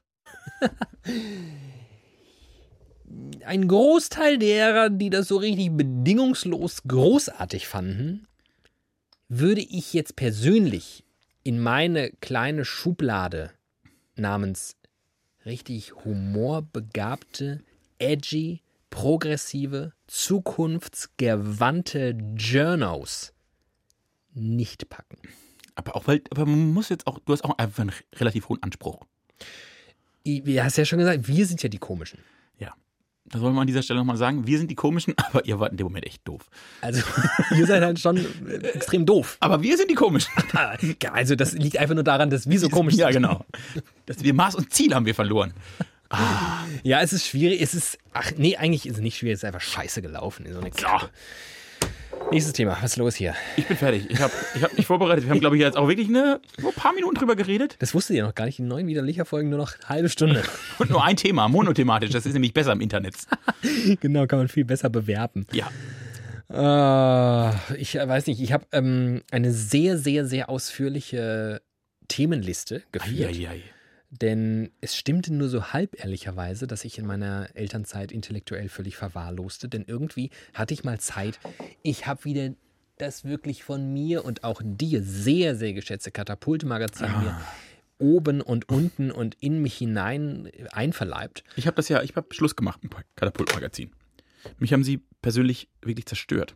Ein Großteil derer, die das so richtig bedingungslos großartig fanden, würde ich jetzt persönlich in meine kleine Schublade namens richtig humorbegabte, edgy, progressive, zukunftsgewandte Journos nicht packen. Aber man muss jetzt auch, du hast auch einfach einen relativ hohen Anspruch. Du hast ja schon gesagt, wir sind ja die Komischen. Ja. Da wollen wir an dieser Stelle nochmal sagen, wir sind die Komischen, aber ihr wart in dem Moment echt doof. Also, ihr seid halt schon extrem doof. Aber wir sind die Komischen. Also, das liegt einfach nur daran, dass wir so komisch sind. Ja, genau. Dass wir Maß und Ziel haben wir verloren. Ja, es ist schwierig. Eigentlich ist es nicht schwierig. Es ist einfach scheiße gelaufen in so eine Kacke. Nächstes Thema. Was ist los hier? Ich bin fertig. Ich hab mich vorbereitet. Wir haben, glaube ich, jetzt auch wirklich nur ein paar Minuten drüber geredet. Das wusstet ihr noch gar nicht. Die neuen Widerlicher-Folgen nur noch eine halbe Stunde. Und nur ein Thema, monothematisch. Das ist nämlich besser im Internet. Genau, kann man viel besser bewerben. Ja. Ich weiß nicht. Ich habe eine sehr, sehr, sehr ausführliche Themenliste geführt. Eieiei. Denn es stimmte nur so halb ehrlicherweise, dass ich in meiner Elternzeit intellektuell völlig verwahrloste. Denn irgendwie hatte ich mal Zeit. Ich habe wieder das wirklich von mir und auch dir sehr, sehr geschätzte Katapult-Magazin mir oben und unten und in mich hinein einverleibt. Ich habe Schluss gemacht im Katapult-Magazin. Mich haben sie persönlich wirklich zerstört.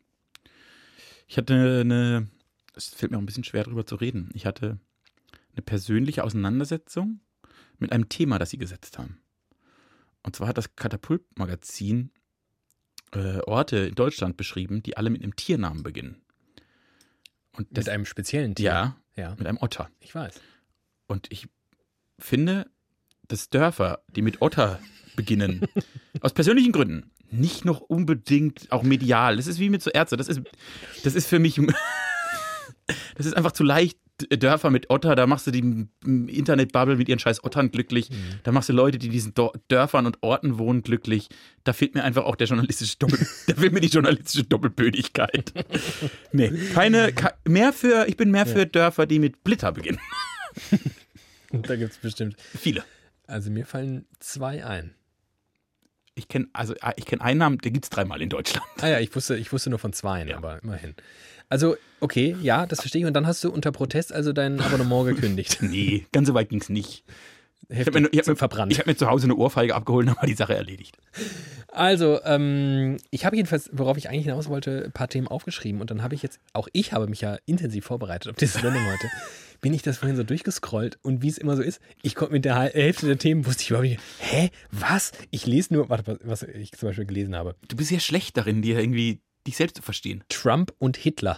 Es fällt mir auch ein bisschen schwer drüber zu reden. Ich hatte eine persönliche Auseinandersetzung mit einem Thema, das sie gesetzt haben. Und zwar hat das Katapult-Magazin Orte in Deutschland beschrieben, die alle mit einem Tiernamen beginnen. Und mit einem speziellen Tier? Ja, mit einem Otter. Ich weiß. Und ich finde, dass Dörfer, die mit Otter beginnen, aus persönlichen Gründen, nicht noch unbedingt auch medial. Das ist wie mit so Ärzte. Das ist für mich, das ist einfach zu leicht. Dörfer mit Otter, da machst du die Internetbubble mit ihren scheiß Ottern glücklich. Da machst du Leute, die in diesen Dörfern und Orten wohnen, glücklich. Da fehlt mir einfach auch die journalistische Doppelbödigkeit. Nee, ich bin mehr für Dörfer, die mit Blitter beginnen. Da gibt es bestimmt viele. Also mir fallen 2 ein. Ich kenne einen Namen, der gibt es 3-mal in Deutschland. Ah ja, ich wusste nur von 2, aber immerhin. Also, okay, ja, das verstehe ich. Und dann hast du unter Protest also dein Abonnement gekündigt. Nee, ganz so weit ging es nicht. Ich habe mir zu Hause eine Ohrfeige abgeholt und habe die Sache erledigt. Also, ich habe jedenfalls, worauf ich eigentlich hinaus wollte, ein paar Themen aufgeschrieben. Und dann habe ich habe mich ja intensiv vorbereitet auf diese Sendung heute. Bin ich das vorhin so durchgescrollt und wie es immer so ist, ich konnte mit der Hälfte der Themen, wusste ich überhaupt nicht, was? Ich lese nur, was ich zum Beispiel gelesen habe. Du bist ja schlecht darin, dir irgendwie dich selbst zu verstehen. Trump und Hitler.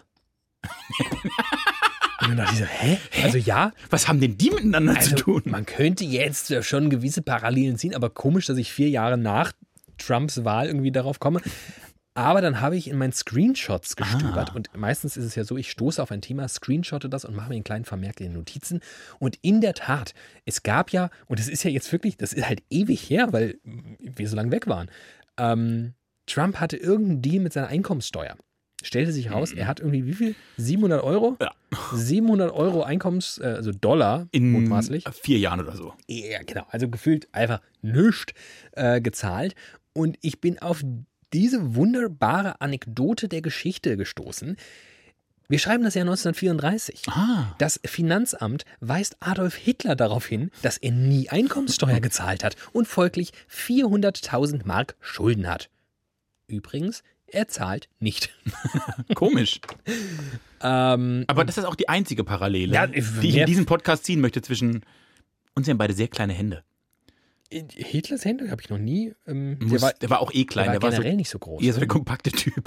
Und dann dachte ich so, Also ja. Was haben denn die miteinander zu tun? Man könnte jetzt schon gewisse Parallelen ziehen, aber komisch, dass ich 4 Jahre nach Trumps Wahl irgendwie darauf komme. Aber dann habe ich in meinen Screenshots gestöbert und meistens ist es ja so, ich stoße auf ein Thema, screenshotte das und mache mir einen kleinen Vermerk in den Notizen. Und in der Tat, es gab ja, und das ist ja jetzt wirklich, das ist halt ewig her, weil wir so lange weg waren, Trump hatte irgendeinen Deal mit seiner Einkommenssteuer. Stellte sich raus, er hat irgendwie wie viel? 700 Euro? Ja. 700 Euro also Dollar, mutmaßlich. 4 Jahren oder so. Ja, genau. Also gefühlt einfach nichts gezahlt. Und ich bin auf diese wunderbare Anekdote der Geschichte gestoßen. Wir schreiben das Jahr 1934. Das Finanzamt weist Adolf Hitler darauf hin, dass er nie Einkommenssteuer gezahlt hat und folglich 400.000 Mark Schulden hat. Übrigens, er zahlt nicht. Komisch. Aber das ist auch die einzige Parallele, die ich in diesem Podcast ziehen möchte zwischen uns. Haben beide sehr kleine Hände. Hitlers Hände habe ich noch nie. Der war auch klein. Der war generell nicht so groß. Eher so der kompakte Typ.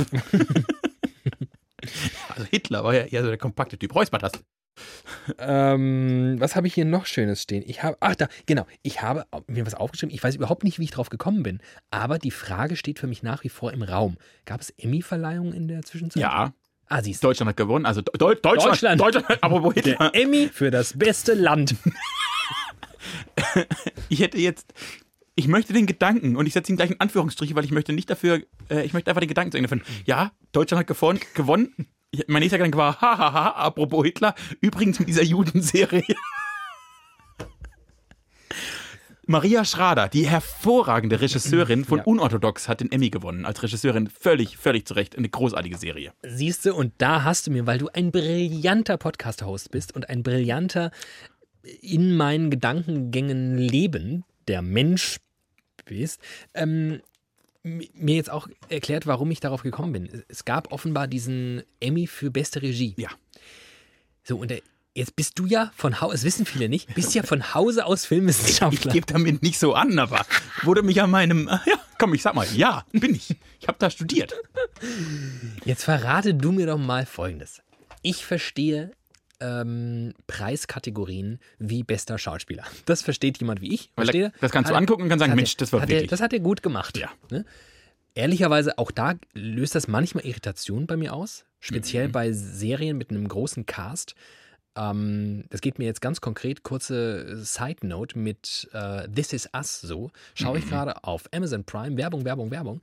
Also Hitler war ja eher so der kompakte Typ. Räuspertaste. Was habe ich hier noch Schönes stehen? Ich habe mir was aufgeschrieben. Ich weiß überhaupt nicht, wie ich drauf gekommen bin. Aber die Frage steht für mich nach wie vor im Raum. Gab es Emmy-Verleihungen in der Zwischenzeit? Ja. Siehst du. Deutschland hat gewonnen. Also Deutschland. Apropos Hitler. Der Emmy für das beste Land. Ich möchte den Gedanken, und ich setze ihn gleich in Anführungsstriche, weil ich möchte einfach den Gedanken zu Ende führen. Ja, Deutschland hat gewonnen. Mein nächster Gedanke war, apropos Hitler, übrigens mit dieser Judenserie. Maria Schrader, die hervorragende Regisseurin von Unorthodox, hat den Emmy gewonnen. Als Regisseurin völlig zu Recht. Eine großartige Serie. Siehst du, und da hast du mir, weil du ein brillanter Podcast-Host bist und ein brillanter in meinen Gedankengängen lebender Mensch bist, mir jetzt auch erklärt, warum ich darauf gekommen bin. Es gab offenbar diesen Emmy für beste Regie. Ja. So, und jetzt bist du ja von Hause, das wissen viele nicht, bist ja von Hause aus Filmwissenschaftler. Ich gebe damit nicht so an, aber wurde mich an meinem, ich sag mal, ja, bin ich. Ich habe da studiert. Jetzt verrate du mir doch mal Folgendes. Ich verstehe Preiskategorien wie bester Schauspieler. Das versteht jemand wie ich. Verstehe. Das kannst du angucken und kannst sagen, Mensch, das war wirklich. Das hat er gut gemacht. Ja. Ne? Ehrlicherweise, auch da löst das manchmal Irritation bei mir aus. Speziell bei Serien mit einem großen Cast. Das geht mir jetzt ganz konkret, kurze Side-Note mit This Is Us so. Schaue ich gerade auf Amazon Prime. Werbung.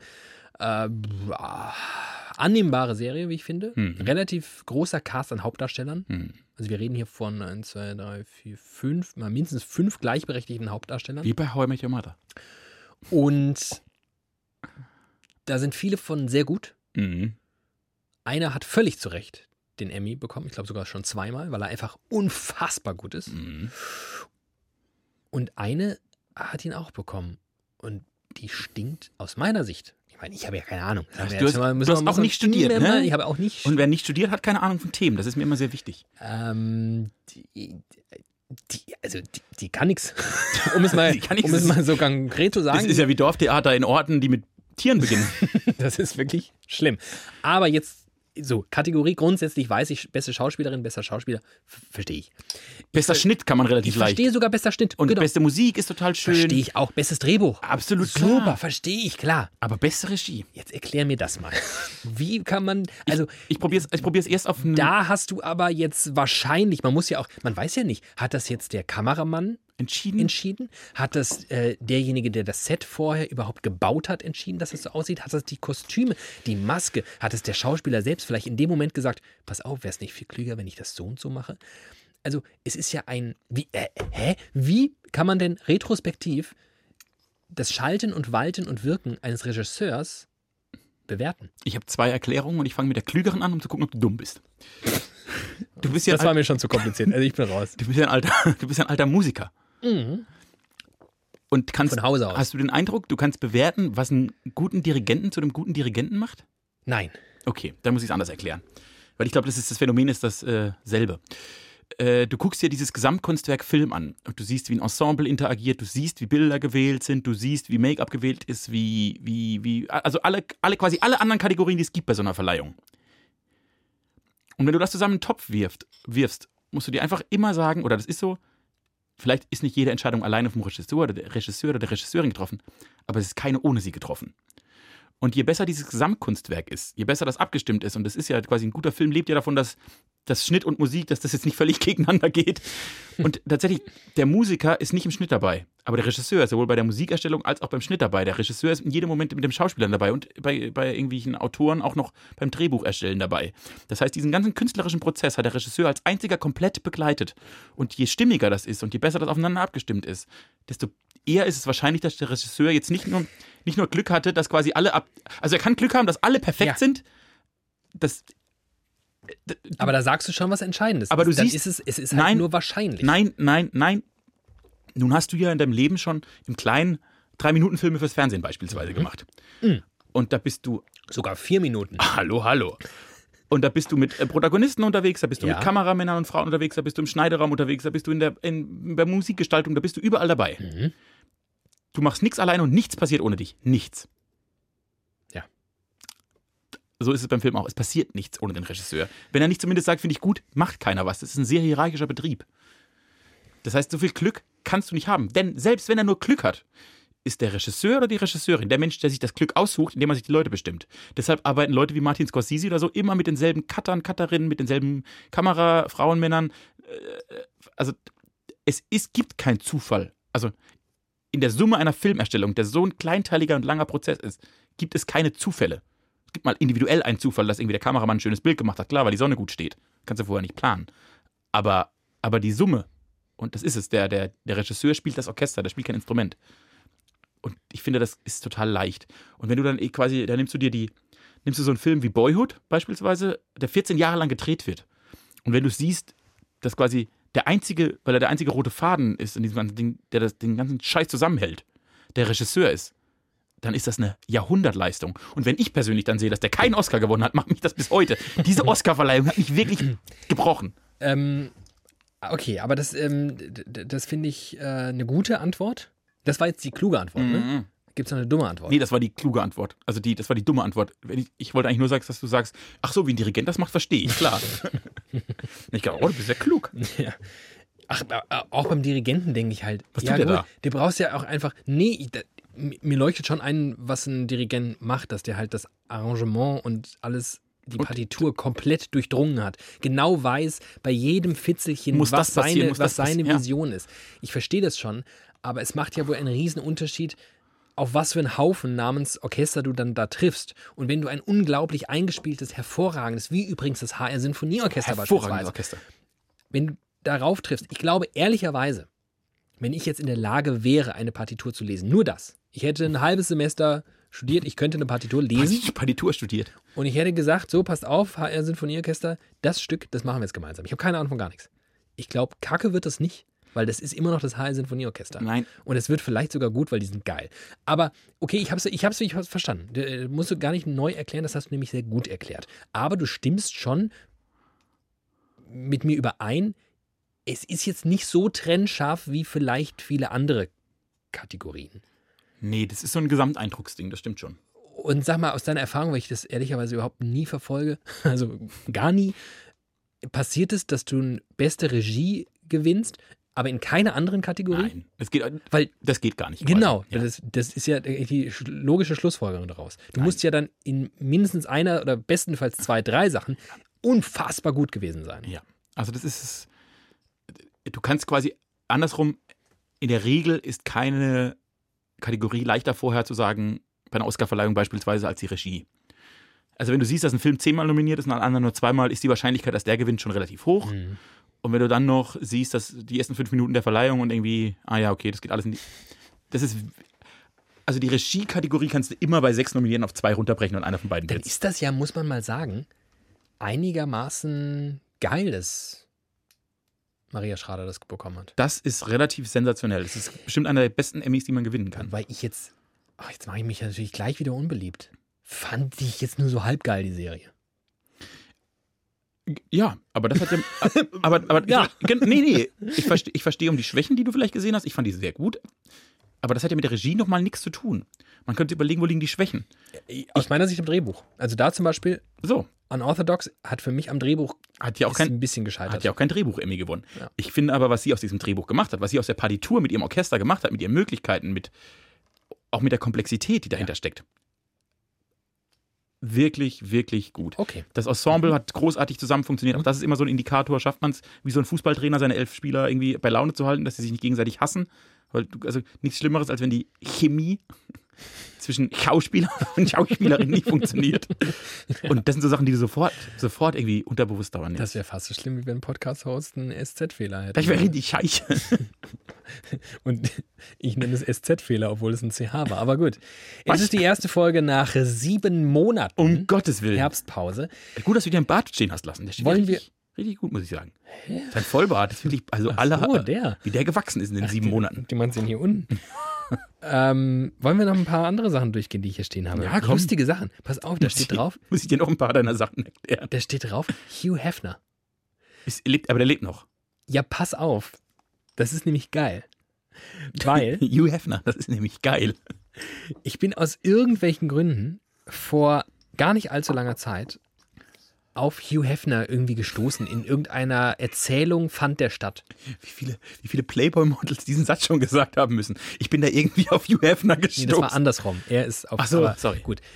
Annehmbare Serie, wie ich finde. Relativ großer Cast an Hauptdarstellern. Also wir reden hier von 1, 2, 3, 4, 5, mal mindestens 5 gleichberechtigten Hauptdarstellern. Wie bei How I Met Your Mother. Und da sind viele von sehr gut. Einer hat völlig zu Recht den Emmy bekommen. Ich glaube sogar schon 2-mal, weil er einfach unfassbar gut ist. Und eine hat ihn auch bekommen. Und die stinkt aus meiner Sicht. Ich meine, ich habe ja keine Ahnung. Du hast auch nicht studiert, ne? Ich habe auch nicht. Und wer nicht studiert, hat keine Ahnung von Themen. Das ist mir immer sehr wichtig. Die kann nichts. Um es mal so konkret zu sagen. Das ist ja wie Dorftheater in Orten, die mit Tieren beginnen. Das ist wirklich schlimm. Aber jetzt so, Kategorie grundsätzlich weiß ich, beste Schauspielerin, bester Schauspieler, verstehe ich. Bester Schnitt kann man relativ leicht. Ich verstehe sogar bester Schnitt. Und beste Musik ist total schön. Verstehe ich auch. Bestes Drehbuch. Absolut super, klar. verstehe ich, klar. Aber beste Regie. Jetzt erklär mir das mal. Wie kann man, also... Ich probier's erst auf... Da hast du aber jetzt wahrscheinlich, man weiß ja nicht, hat das jetzt der Kameramann entschieden? Hat das derjenige, der das Set vorher überhaupt gebaut hat, entschieden, dass es so aussieht? Hat das die Kostüme, die Maske, hat es der Schauspieler selbst vielleicht in dem Moment gesagt, pass auf, wäre es nicht viel klüger, wenn ich das so und so mache? Also es ist ja wie kann man denn retrospektiv das Schalten und Walten und Wirken eines Regisseurs bewerten? Ich habe 2 Erklärungen und ich fange mit der klügeren an, um zu gucken, ob du dumm bist. Das war mir schon zu kompliziert. Also ich bin raus. Du bist ja ein alter Musiker. Mhm. Und von Hause aus. Hast du den Eindruck, du kannst bewerten, was einen guten Dirigenten zu einem guten Dirigenten macht? Nein. Okay, dann muss ich es anders erklären. Weil ich glaube, das Phänomen ist dasselbe. Du guckst dir dieses Gesamtkunstwerk Film an und du siehst, wie ein Ensemble interagiert, du siehst, wie Bilder gewählt sind, du siehst, wie Make-up gewählt ist, also quasi alle anderen Kategorien, die es gibt bei so einer Verleihung. Und wenn du das zusammen in den Topf wirfst, musst du dir einfach immer sagen, oder das ist so, vielleicht ist nicht jede Entscheidung alleine vom Regisseur oder der Regisseurin getroffen, aber es ist keine ohne sie getroffen. Und je besser dieses Gesamtkunstwerk ist, je besser das abgestimmt ist, und das ist ja quasi ein guter Film, lebt ja davon, dass das Schnitt und Musik, dass das jetzt nicht völlig gegeneinander geht. Und tatsächlich, der Musiker ist nicht im Schnitt dabei, aber der Regisseur ist sowohl bei der Musikerstellung als auch beim Schnitt dabei. Der Regisseur ist in jedem Moment mit dem Schauspieler dabei und bei irgendwelchen Autoren auch noch beim Drehbuch erstellen dabei. Das heißt, diesen ganzen künstlerischen Prozess hat der Regisseur als einziger komplett begleitet. Und je stimmiger das ist und je besser das aufeinander abgestimmt ist, desto eher ist es wahrscheinlich, dass der Regisseur jetzt nicht nur Glück hatte, dass quasi also er kann Glück haben, dass alle perfekt sind. Aber da sagst du schon was Entscheidendes. Aber du dann siehst, es ist halt nur wahrscheinlich. Nein. Nun hast du ja in deinem Leben schon im Kleinen 3-Minuten-Filme fürs Fernsehen beispielsweise gemacht. Mhm. Und da bist du... Sogar 4 Minuten. Hallo. Und da bist du mit Protagonisten unterwegs, da bist du mit Kameramännern und Frauen unterwegs, da bist du im Schneideraum unterwegs, da bist du in der Musikgestaltung, da bist du überall dabei. Mhm. Du machst nichts alleine und nichts passiert ohne dich. Nichts. Ja. So ist es beim Film auch. Es passiert nichts ohne den Regisseur. Wenn er nicht zumindest sagt, finde ich gut, macht keiner was. Das ist ein sehr hierarchischer Betrieb. Das heißt, so viel Glück kannst du nicht haben. Denn selbst wenn er nur Glück hat, ist der Regisseur oder die Regisseurin der Mensch, der sich das Glück aussucht, indem er sich die Leute bestimmt. Deshalb arbeiten Leute wie Martin Scorsese oder so immer mit denselben Cuttern, Cutterinnen, mit denselben Kamerafrauen, Männern. Also es gibt keinen Zufall. Also in der Summe einer Filmerstellung, der so ein kleinteiliger und langer Prozess ist, gibt es keine Zufälle. Es gibt mal individuell einen Zufall, dass irgendwie der Kameramann ein schönes Bild gemacht hat, klar, weil die Sonne gut steht. Kannst du vorher nicht planen. Aber die Summe, und das ist es, der Regisseur spielt das Orchester, der spielt kein Instrument. Und ich finde, das ist total leicht. Und wenn du dann da nimmst du so einen Film wie Boyhood beispielsweise, der 14 Jahre lang gedreht wird. Und wenn du siehst, dass quasi weil er der einzige rote Faden ist in diesem ganzen Ding, der den ganzen Scheiß zusammenhält, der Regisseur ist, dann ist das eine Jahrhundertleistung. Und wenn ich persönlich dann sehe, dass der keinen Oscar gewonnen hat, macht mich das bis heute. Diese Oscarverleihung hat mich wirklich gebrochen. Okay, aber das finde ich eine gute Antwort. Das war jetzt die kluge Antwort, ne? Gibt es noch eine dumme Antwort? Nee, das war die kluge Antwort. Also das war die dumme Antwort. Ich wollte eigentlich nur sagen, dass du sagst, ach so, wie ein Dirigent das macht, verstehe ich, klar. Ich glaube, du bist ja klug. Ja. Ach, auch beim Dirigenten denke ich halt. Was tut der da? Du brauchst ja auch einfach, mir leuchtet schon ein, was ein Dirigent macht, dass der halt das Arrangement und alles, die Partitur komplett durchdrungen hat. Genau weiß bei jedem Fitzelchen, was seine Vision ist. Ich verstehe das schon, aber es macht ja wohl einen riesen Unterschied, auf was für einen Haufen namens Orchester du dann da triffst. Und wenn du ein unglaublich eingespieltes, hervorragendes, wie übrigens das HR Sinfonieorchester beispielsweise, Orchester. Wenn du darauf triffst, ich glaube ehrlicherweise, wenn ich jetzt in der Lage wäre, eine Partitur zu lesen, nur das, ich hätte ein halbes Semester studiert, ich könnte eine Partitur lesen. Partitur studiert. Und ich hätte gesagt, so, passt auf, HR Sinfonieorchester, das Stück, das machen wir jetzt gemeinsam. Ich habe keine Ahnung von gar nichts. Ich glaube, kacke wird das nicht, weil das ist immer noch das HR Sinfonieorchester. Nein. Und es wird vielleicht sogar gut, weil die sind geil. Aber okay, ich hab's verstanden. Du musst du gar nicht neu erklären, das hast du nämlich sehr gut erklärt. Aber du stimmst schon mit mir überein, es ist jetzt nicht so trennscharf wie vielleicht viele andere Kategorien. Nee, das ist so ein Gesamteindrucksding, das stimmt schon. Und sag mal, aus deiner Erfahrung, weil ich das ehrlicherweise überhaupt nie verfolge, also gar nie, passiert es, dass du eine beste Regie gewinnst, aber in keiner anderen Kategorie? Nein, das geht gar nicht. Genau, Ja. das ist ja die logische Schlussfolgerung daraus. Du musst ja dann in mindestens einer oder bestenfalls 2, 3 Sachen unfassbar gut gewesen sein. Ja, also das ist, du kannst quasi andersrum, in der Regel ist keine Kategorie leichter vorher zu sagen, bei einer Oscarverleihung beispielsweise, als die Regie. Also wenn du siehst, dass ein Film 10-mal nominiert ist und ein anderer nur 2-mal, ist die Wahrscheinlichkeit, dass der gewinnt, schon relativ hoch. Mhm. Und wenn du dann noch siehst, dass die ersten 5 Minuten der Verleihung und irgendwie, okay, das geht alles in die... Also die Regie-Kategorie kannst du immer bei 6 Nominieren auf 2 runterbrechen und einer von beiden Dann wird's. ist das ja, muss man mal sagen, einigermaßen geil, dass Maria Schrader das bekommen hat. Das ist relativ sensationell. Das ist bestimmt einer der besten Emmys, die man gewinnen kann. Weil jetzt mache ich mich natürlich gleich wieder unbeliebt. Fand ich jetzt nur so halb geil, die Serie. Ja, aber das hat ja. aber Ja. Nee. Ich verstehe um die Schwächen, die du vielleicht gesehen hast. Ich fand die sehr gut. Aber das hat ja mit der Regie nochmal nichts zu tun. Man könnte überlegen, wo liegen die Schwächen. Aus meiner Sicht im Drehbuch. Also da zum Beispiel, So. Unorthodox hat für mich am Drehbuch Hat ja auch ein bisschen gescheitert. Hat ja auch kein Drehbuch-Emmy gewonnen. Ja. Ich finde aber, was sie aus diesem Drehbuch gemacht hat, was sie aus der Partitur mit ihrem Orchester gemacht hat, mit ihren Möglichkeiten, auch mit der Komplexität, die dahinter steckt. Wirklich, wirklich gut. Okay. Das Ensemble hat großartig zusammen funktioniert. Auch das ist immer so ein Indikator. Schafft man es, wie so ein Fußballtrainer, seine 11 Spieler irgendwie bei Laune zu halten, dass sie sich nicht gegenseitig hassen? Also nichts Schlimmeres, als wenn die Chemie zwischen Schauspieler und Schauspielerin nicht funktioniert. Und das sind so Sachen, die du sofort irgendwie unterbewusst daran nimmst. Das wäre fast so schlimm, wie wenn ein Podcast-Host einen SZ-Fehler hätte. Das wäre richtig scheiße. Und ich nenne es SZ-Fehler, obwohl es ein CH war. Aber gut. Es ist die erste Folge nach 7 Monaten. Um Gottes Willen. Herbstpause. Gut, dass du dir einen Bart stehen hast lassen. Der steht Wollen richtig gut, muss ich sagen. Sein Vollbart, das finde ich, also wie der gewachsen ist in den 7 Monaten. Die man sehen hier unten. Wollen wir noch ein paar andere Sachen durchgehen, die ich hier stehen habe? Ja, komm. Lustige Sachen. Pass auf, da steht drauf. Muss ich dir noch ein paar deiner Sachen erklären? Da steht drauf, Hugh Hefner. Aber der lebt noch. Ja, pass auf. Das ist nämlich geil. Weil Hugh Hefner, das ist nämlich geil. ich bin aus irgendwelchen Gründen vor gar nicht allzu langer Zeit auf Hugh Hefner irgendwie gestoßen. In irgendeiner Erzählung fand der statt. Wie viele Playboy-Models diesen Satz schon gesagt haben müssen. Ich bin da irgendwie auf Hugh Hefner gestoßen. Nee, das war andersrum. Er ist auf... Ach so, aber, sorry. Gut.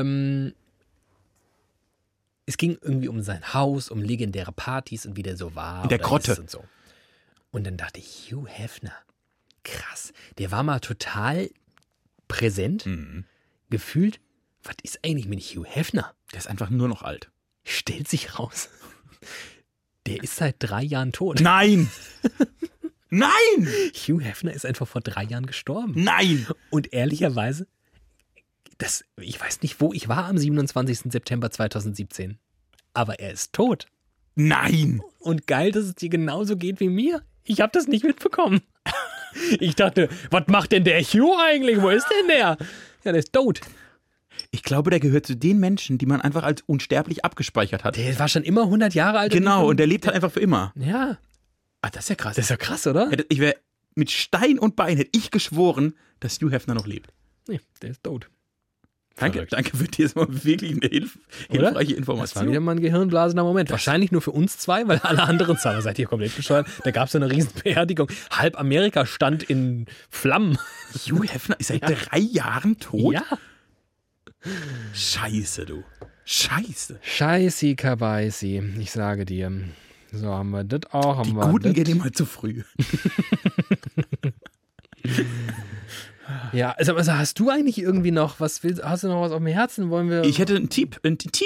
Es ging irgendwie um sein Haus, um legendäre Partys und wie der so war. In der oder Grotte. ist und so. Und dann dachte ich, Hugh Hefner, krass. Der war mal total präsent. Gefühlt, was ist eigentlich mit Hugh Hefner? Der ist einfach nur noch alt. Stellt sich raus, der ist seit 3 Jahren tot. Nein! Nein! Hugh Hefner ist einfach vor 3 Jahren gestorben. Nein! Und ehrlicherweise, ich weiß nicht, wo ich war am 27. September 2017, aber er ist tot. Nein! Und geil, dass es dir genauso geht wie mir. Ich habe das nicht mitbekommen. Ich dachte, was macht denn der Hugh eigentlich? Wo ist denn der? Ja, der ist tot. Ich glaube, der gehört zu den Menschen, die man einfach als unsterblich abgespeichert hat. Der war schon immer 100 Jahre alt. Genau, und der lebt halt einfach für immer. Ja. Das ist ja krass. Das ist ja krass, oder? Ich wäre mit Stein und Bein hätte ich geschworen, dass Hugh Hefner noch lebt. Nee, der ist tot. Danke für dir. Das war wirklich eine hilfreiche Das war Information. wieder mal ein gehirnblasender Moment. Wahrscheinlich nur für uns 2, weil alle anderen sagen, seid ihr komplett bescheuert. Da gab es so eine riesen Beerdigung. Halb Amerika stand in Flammen. Hugh Hefner ist seit 3 Jahren tot? Ja. Scheiße, du. Scheiße. Scheißi, Kabeisi. Ich sage dir. So, haben wir das auch. Die Guten gehen immer zu früh. Ja, also hast du eigentlich irgendwie noch hast du noch was auf dem Herzen? Wollen wir. Ich hätte einen Tipp.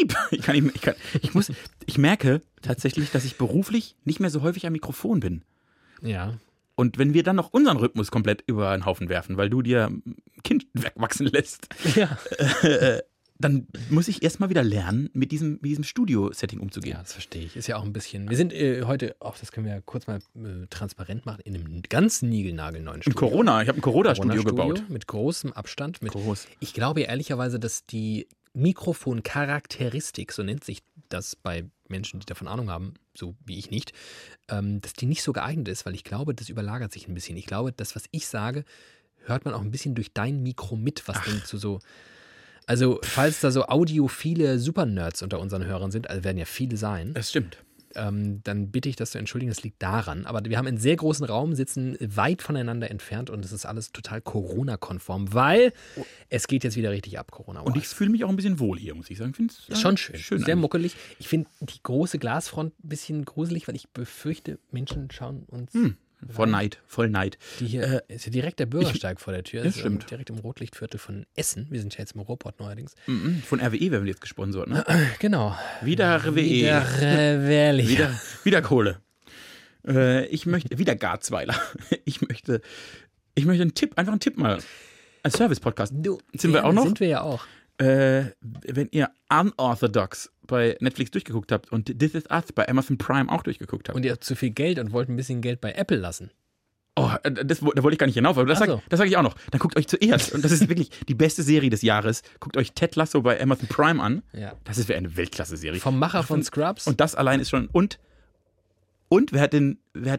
Ich merke tatsächlich, dass ich beruflich nicht mehr so häufig am Mikrofon bin. Ja. Und wenn wir dann noch unseren Rhythmus komplett über den Haufen werfen, weil du dir ein Kind wegwachsen lässt, Ja. dann muss ich erstmal wieder lernen, mit diesem Studio-Setting umzugehen. Ja, das verstehe ich. Ist ja auch ein bisschen. Wir sind heute, auch das können wir ja kurz mal transparent machen, in einem ganz niegelnagelneuen Ich habe ein Corona-Studio gebaut. Mit großem Abstand. Groß. Ich glaube ehrlicherweise, dass die Mikrofoncharakteristik, so nennt sich dass bei Menschen, die davon Ahnung haben, so wie ich nicht, dass die nicht so geeignet ist, weil ich glaube, das überlagert sich ein bisschen. Ich glaube, das, was ich sage, hört man auch ein bisschen durch dein Mikro mit, was denn so. Also, falls da so audiophile Supernerds unter unseren Hörern sind, also werden ja viele sein. Das stimmt. Dann bitte ich das zu entschuldigen, das liegt daran. Aber wir haben einen sehr großen Raum, sitzen weit voneinander entfernt und es ist alles total Corona-konform, weil es geht jetzt wieder richtig ab, Corona. Und ich fühle mich auch ein bisschen wohl hier, muss ich sagen. Ist schon schön. Sehr eigentlich. muckelig. Ich finde die große Glasfront ein bisschen gruselig, weil ich befürchte, Menschen schauen uns voll Neid. Die hier ist ja direkt der Bürgersteig vor der Tür. Das stimmt. Direkt im Rotlichtviertel von Essen. Wir sind ja jetzt im Ruhrpott neuerdings. Von RWE werden wir jetzt gesponsert, ne? Genau. Wieder RWE. Wieder Kohle. Ich möchte, wieder Garzweiler. Ich möchte einen Tipp mal. Ein Service-Podcast. Sind wir auch noch? Sind wir ja auch. Wenn ihr Unorthodox bei Netflix durchgeguckt habt und This Is Us bei Amazon Prime auch durchgeguckt habt. Und ihr habt zu viel Geld und wollt ein bisschen Geld bei Apple lassen. Oh, da wollte ich gar nicht hinauf, aber das sag ich auch noch. Dann guckt euch zuerst, und das ist wirklich die beste Serie des Jahres, guckt euch Ted Lasso bei Amazon Prime an. Ja. Das ist eine Weltklasse-Serie. Vom Macher von Scrubs. Und das allein ist schon, und wer hat den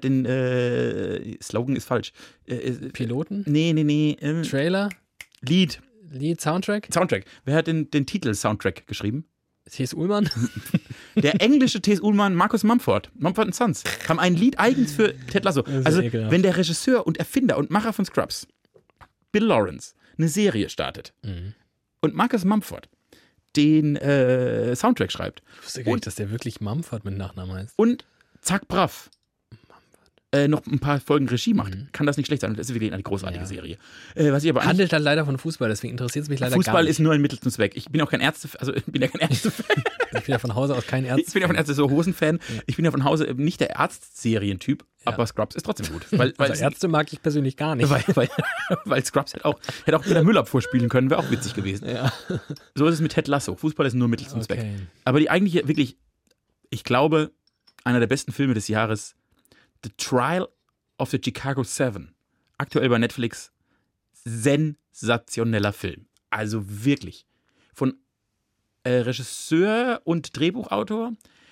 Slogan ist falsch. Piloten? Nee. Trailer? Lied, Soundtrack? Wer hat den Titel-Soundtrack geschrieben? T.S. Ullmann? Der englische T.S. Ullmann, Markus Mumford & Sons, haben ein Lied eigens für Ted Lasso. Also, wenn der Regisseur und Erfinder und Macher von Scrubs, Bill Lawrence, eine Serie startet und Markus Mumford den Soundtrack schreibt. Ich wusste gar nicht, dass der wirklich Mumford mit Nachnamen heißt. Und Zach Braff noch ein paar Folgen Regie macht, kann das nicht schlecht sein. Das ist wirklich eine großartige Serie. Was ich aber handelt halt leider von Fußball, deswegen interessiert es mich leider Fußball gar nicht. Ist nur ein Mittel zum Zweck. Ich bin auch kein Ärzte, ich bin ja von Hause aus kein Ärzte. Ich bin ja von Ärzte so Hosenfan. Ja. Ich bin ja von Hause nicht der Ärztserientyp, aber Scrubs ist trotzdem gut. Weil Ärzte mag ich persönlich gar nicht. Weil Scrubs hätte auch Peter Müller vorspielen können, wäre auch witzig gewesen. Ja. So ist es mit Ted Lasso. Fußball ist nur Mittel zum Zweck. Aber die eigentliche, wirklich, ich glaube, einer der besten Filme des Jahres, The Trial of the Chicago 7. Aktuell bei Netflix. Sensationeller Film. Also wirklich. Von Regisseur und Drehbuchautor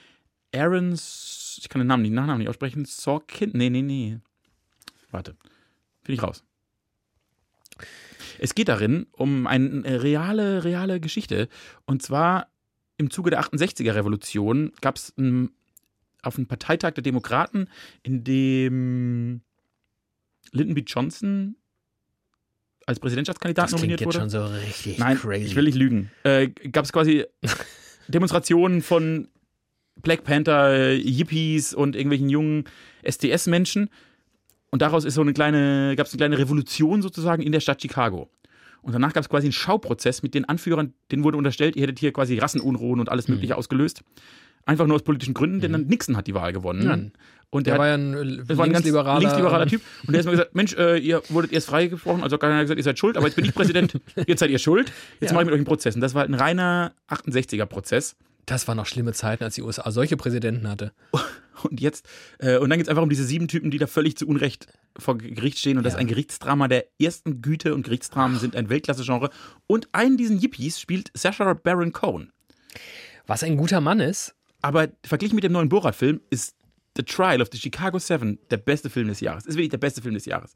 ich kann den Nachnamen nicht aussprechen, Sorkin? Nee. Warte. Finde ich raus. Es geht darin um eine reale Geschichte. Und zwar im Zuge der 68er-Revolution gab es auf einem Parteitag der Demokraten, in dem Lyndon B. Johnson als Präsidentschaftskandidat nominiert wurde. Das klingt jetzt schon so richtig crazy. Ich will nicht lügen. Gab es quasi Demonstrationen von Black Panther, Yippies und irgendwelchen jungen STS-Menschen. Und daraus ist gab es eine kleine Revolution sozusagen in der Stadt Chicago. Und danach gab es quasi einen Schauprozess mit den Anführern, denen wurde unterstellt, ihr hättet hier quasi Rassenunruhen und alles Mögliche ausgelöst. Einfach nur aus politischen Gründen, denn dann Nixon hat die Wahl gewonnen. Ja. Und der war ja ein linksliberaler Typ. Und der hat mal gesagt, Mensch, ihr wurdet erst freigesprochen, also keiner hat gesagt, ihr seid schuld, aber jetzt bin ich Präsident, jetzt seid ihr schuld, jetzt mache ich mit euch einen Prozess. Und das war halt ein reiner 68er-Prozess. Das waren noch schlimme Zeiten, als die USA solche Präsidenten hatte. Und dann geht es einfach um diese 7 Typen, die da völlig zu Unrecht vor Gericht stehen. Und das ist ein Gerichtsdrama der ersten Güte. Und Gerichtsdramen sind ein Weltklasse-Genre. Und einen diesen Yippies spielt Sacha Baron Cohen. Was ein guter Mann ist. Aber verglichen mit dem neuen Borat-Film ist The Trial of the Chicago 7 der beste Film des Jahres. Ist wirklich der beste Film des Jahres.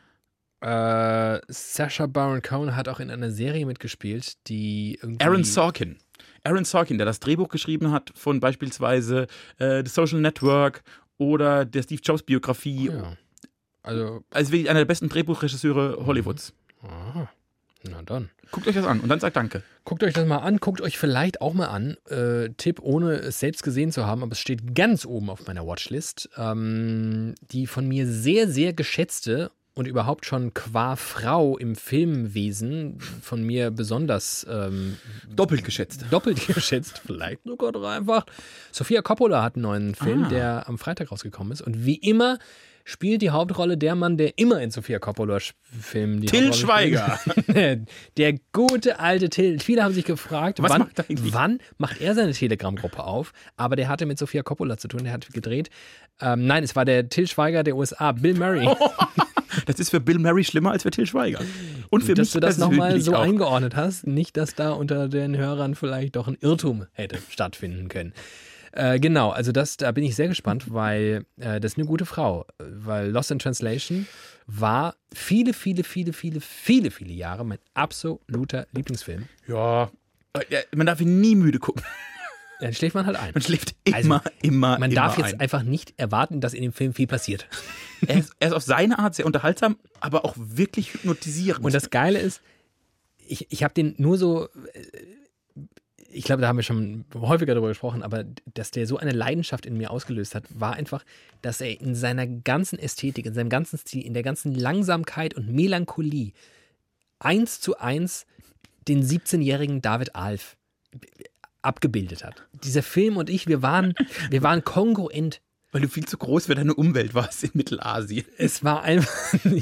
Sacha Baron Cohen hat auch in einer Serie mitgespielt, die irgendwie... Aaron Sorkin, der das Drehbuch geschrieben hat von beispielsweise The Social Network oder der Steve Jobs Biografie. Ja. Also wirklich einer der besten Drehbuchregisseure Hollywoods. Aha. Na dann. Guckt euch das an und dann sagt Danke. Guckt euch das mal an, guckt euch vielleicht auch mal an. Tipp, ohne es selbst gesehen zu haben, aber es steht ganz oben auf meiner Watchlist. Die von mir sehr, sehr geschätzte und überhaupt schon qua Frau im Filmwesen von mir besonders doppelt geschätzt vielleicht sogar dreifach. Sofia Coppola hat einen neuen Film, der am Freitag rausgekommen ist. Und wie immer spielt die Hauptrolle der Mann, der immer in Sofia Coppolas Filmen Till Schweiger. Der gute alte Till. Viele haben sich gefragt, wann macht er seine Telegram-Gruppe auf? Aber der hatte mit Sofia Coppola zu tun, der hat gedreht. Nein, es war der Till Schweiger der USA, Bill Murray. Das ist für Bill Murray schlimmer als für Til Schweiger. Und für dass mich du das nochmal so auch. eingeordnet hast, nicht, dass da unter den Hörern vielleicht doch ein Irrtum hätte stattfinden können. Genau, also da bin ich sehr gespannt, weil das ist eine gute Frau. Weil Lost in Translation war viele Jahre mein absoluter Lieblingsfilm. Ja, man darf ihn nie müde gucken. Dann schläft man halt ein. Man schläft immer Man darf jetzt ein. einfach nicht erwarten, dass in dem Film viel passiert. Er ist auf seine Art sehr unterhaltsam, aber auch wirklich hypnotisierend. Und das Geile ist, ich habe den nur so, ich glaube, da haben wir schon häufiger darüber gesprochen, aber dass der so eine Leidenschaft in mir ausgelöst hat, war einfach, dass er in seiner ganzen Ästhetik, in seinem ganzen Stil, in der ganzen Langsamkeit und Melancholie 1:1 den 17-jährigen David Alf abgebildet hat. Dieser Film und ich, wir waren kongruent. Weil du viel zu groß für deine Umwelt warst in Mittelasien. Es war einfach,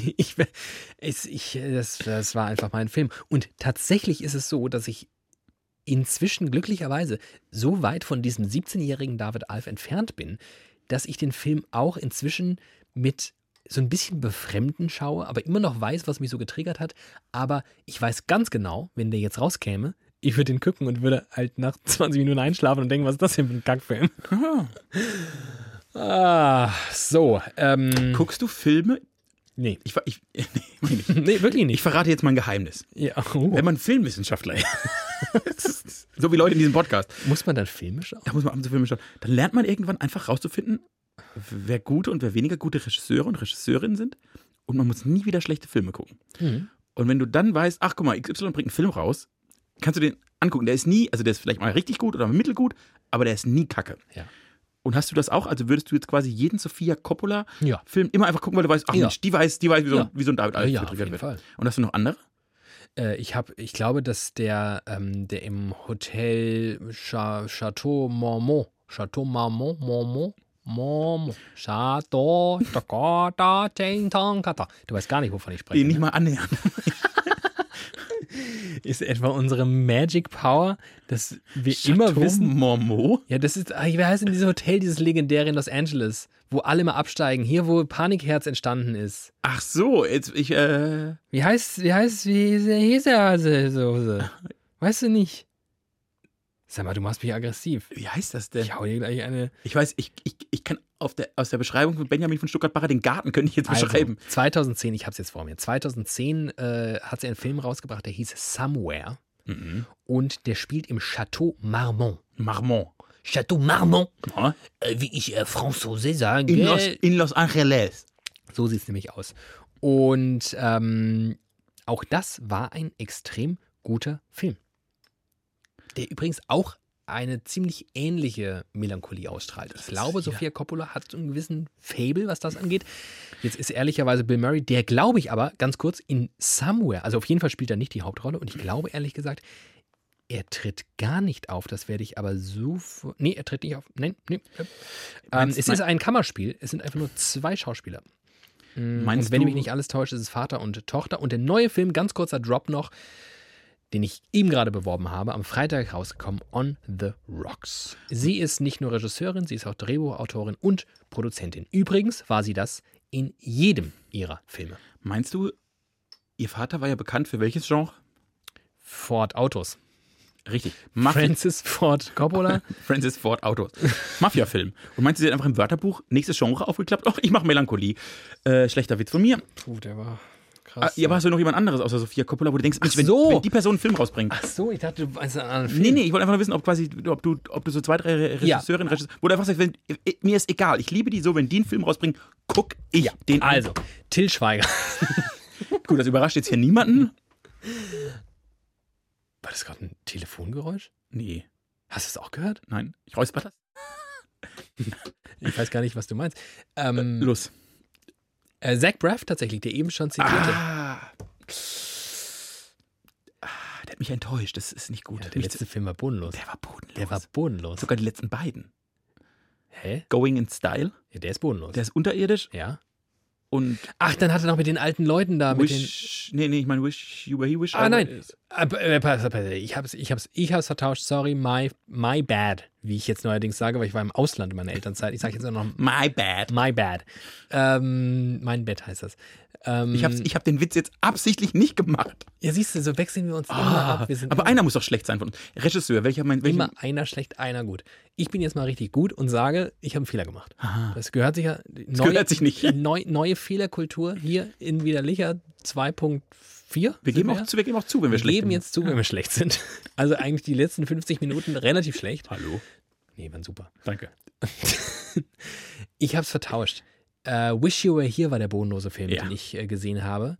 das war einfach mein Film. Und tatsächlich ist es so, dass ich inzwischen glücklicherweise so weit von diesem 17-jährigen David Alf entfernt bin, dass ich den Film auch inzwischen mit so ein bisschen Befremden schaue, aber immer noch weiß, was mich so getriggert hat. Aber ich weiß ganz genau, wenn der jetzt rauskäme, ich würde den gucken und würde halt nach 20 Minuten einschlafen und denken, was ist das denn für ein Kackfilm? So. Guckst du Filme? Nee. Nee, wirklich nicht. Ich verrate jetzt mal ein Geheimnis. Ja. Wenn man Filmwissenschaftler ist, so wie Leute in diesem Podcast. Muss man dann Filme schauen? Da muss man ab und zu Filme schauen. Dann lernt man irgendwann einfach rauszufinden, wer gute und wer weniger gute Regisseure und Regisseurinnen sind. Und man muss nie wieder schlechte Filme gucken. Mhm. Und wenn du dann weißt, ach guck mal, XY bringt einen Film raus, kannst du den angucken. Der ist nie, also der ist vielleicht mal richtig gut oder mittelgut, aber der ist nie kacke. Ja. Und hast du das auch? Also würdest du jetzt quasi jeden Sofia Coppola-Film Ja. immer einfach gucken, weil du weißt, ach Ja. Mensch, die weiß Ja. wie so ein David Alf Ja, auf getriggert jeden wird. Fall. Und hast du noch andere? Ich glaube, dass der im Hotel Chateau Marmont, Chateau Dakota, Tankata. Du weißt gar nicht, wovon ich spreche. Die nicht mal annähern. Ist etwa unsere Magic Power, dass wir immer wissen. Momo? Ja, das ist, wie heißt denn dieses Hotel, dieses legendäre in Los Angeles, wo alle mal absteigen, hier, wo Panikherz entstanden ist. Ach so, jetzt Wie hieß der so? Weißt du nicht? Sag mal, du machst mich aggressiv. Wie heißt das denn? Ich hau dir gleich eine. Ich weiß, ich kann aus der Beschreibung von Benjamin von Stuttgart-Barre den Garten könnte ich jetzt beschreiben. 2010, ich hab's jetzt vor mir. 2010 hat sie einen Film rausgebracht, der hieß Somewhere. Mhm. Und der spielt im Chateau Marmont. Marmont. Chateau Marmont. Ja. Wie ich Franzose sage. In Los Angeles. So sieht's nämlich aus. Und auch das war ein extrem guter Film. Der übrigens auch eine ziemlich ähnliche Melancholie ausstrahlt. Ich glaube, Sofia Coppola hat so einen gewissen Faible, was das angeht. Jetzt ist ehrlicherweise Bill Murray, der glaube ich aber, ganz kurz, in Somewhere, also auf jeden Fall spielt er nicht die Hauptrolle und ich glaube ehrlich gesagt, er tritt gar nicht auf, das werde ich aber so... Nee, er tritt nicht auf. Nein. Es ist ein Kammerspiel, es sind einfach nur 2 Schauspieler. Und wenn mich nicht alles täuscht, ist es Vater und Tochter. Und der neue Film, ganz kurzer Drop noch, den ich eben gerade beworben habe, am Freitag rausgekommen, On the Rocks. Sie ist nicht nur Regisseurin, sie ist auch Drehbuchautorin und Produzentin. Übrigens war sie das in jedem ihrer Filme. Meinst du, ihr Vater war ja bekannt für welches Genre? Ford Autos. Richtig. Francis Ford Coppola. Francis Ford Autos. Mafia-Film. Und meinst du, sie hat einfach im Wörterbuch nächstes Genre aufgeklappt? Ach, ich mache Melancholie. Schlechter Witz von mir. Puh, der war... Krass, ja, aber hast du noch jemand anderes außer Sofia Coppola, wo du denkst, Mensch, wenn die Person einen Film rausbringt? Ach so, ich dachte, du meinst einen anderen Film. Nee, ich wollte einfach nur wissen, ob du so 2, 3 Regisseurinnen, wo du einfach sagst, mir ist egal, ich liebe die so, wenn die einen Film rausbringen, guck ich den an. Also, Til Schweiger. Gut, das überrascht jetzt hier niemanden. War das gerade ein Telefongeräusch? Nee. Hast du es auch gehört? Nein, ich räusper das. Ich weiß gar nicht, was du meinst. Los. Zach Braff tatsächlich, der eben schon zitierte. Der hat mich enttäuscht, das ist nicht gut. Ja, der letzte Film war bodenlos. Der war bodenlos. Sogar die letzten beiden. Hä? Going in Style. Ja, der ist bodenlos. Der ist unterirdisch. Ja. Und ach, dann hat er noch mit den alten Leuten da. ich meine Wish You Were He, Wish I nein. Ich hab's vertauscht. Sorry, my bad. wie ich jetzt neuerdings sage, weil ich war im Ausland in meiner Elternzeit. Ich sage jetzt nur noch My bad. My bad. Mein Bett heißt das. Ich hab den Witz jetzt absichtlich nicht gemacht. Ja, siehst du, so wechseln wir uns immer ab. Aber einer muss doch schlecht sein von uns. Regisseur, welcher? Immer einer schlecht, einer gut. Ich bin jetzt mal richtig gut und sage, ich habe einen Fehler gemacht. Aha. Das gehört sich ja. Gehört sich nicht. Neue Fehlerkultur hier in Widerlicher 2.4. Wir geben auch zu, wenn wir schlecht sind. Wir geben jetzt zu, wenn wir schlecht sind. Also eigentlich die letzten 50 Minuten relativ schlecht. Hallo. Nee, waren super. Danke. Ich habe es vertauscht. Wish You Were Here war der bodenlose Film, den ich gesehen habe.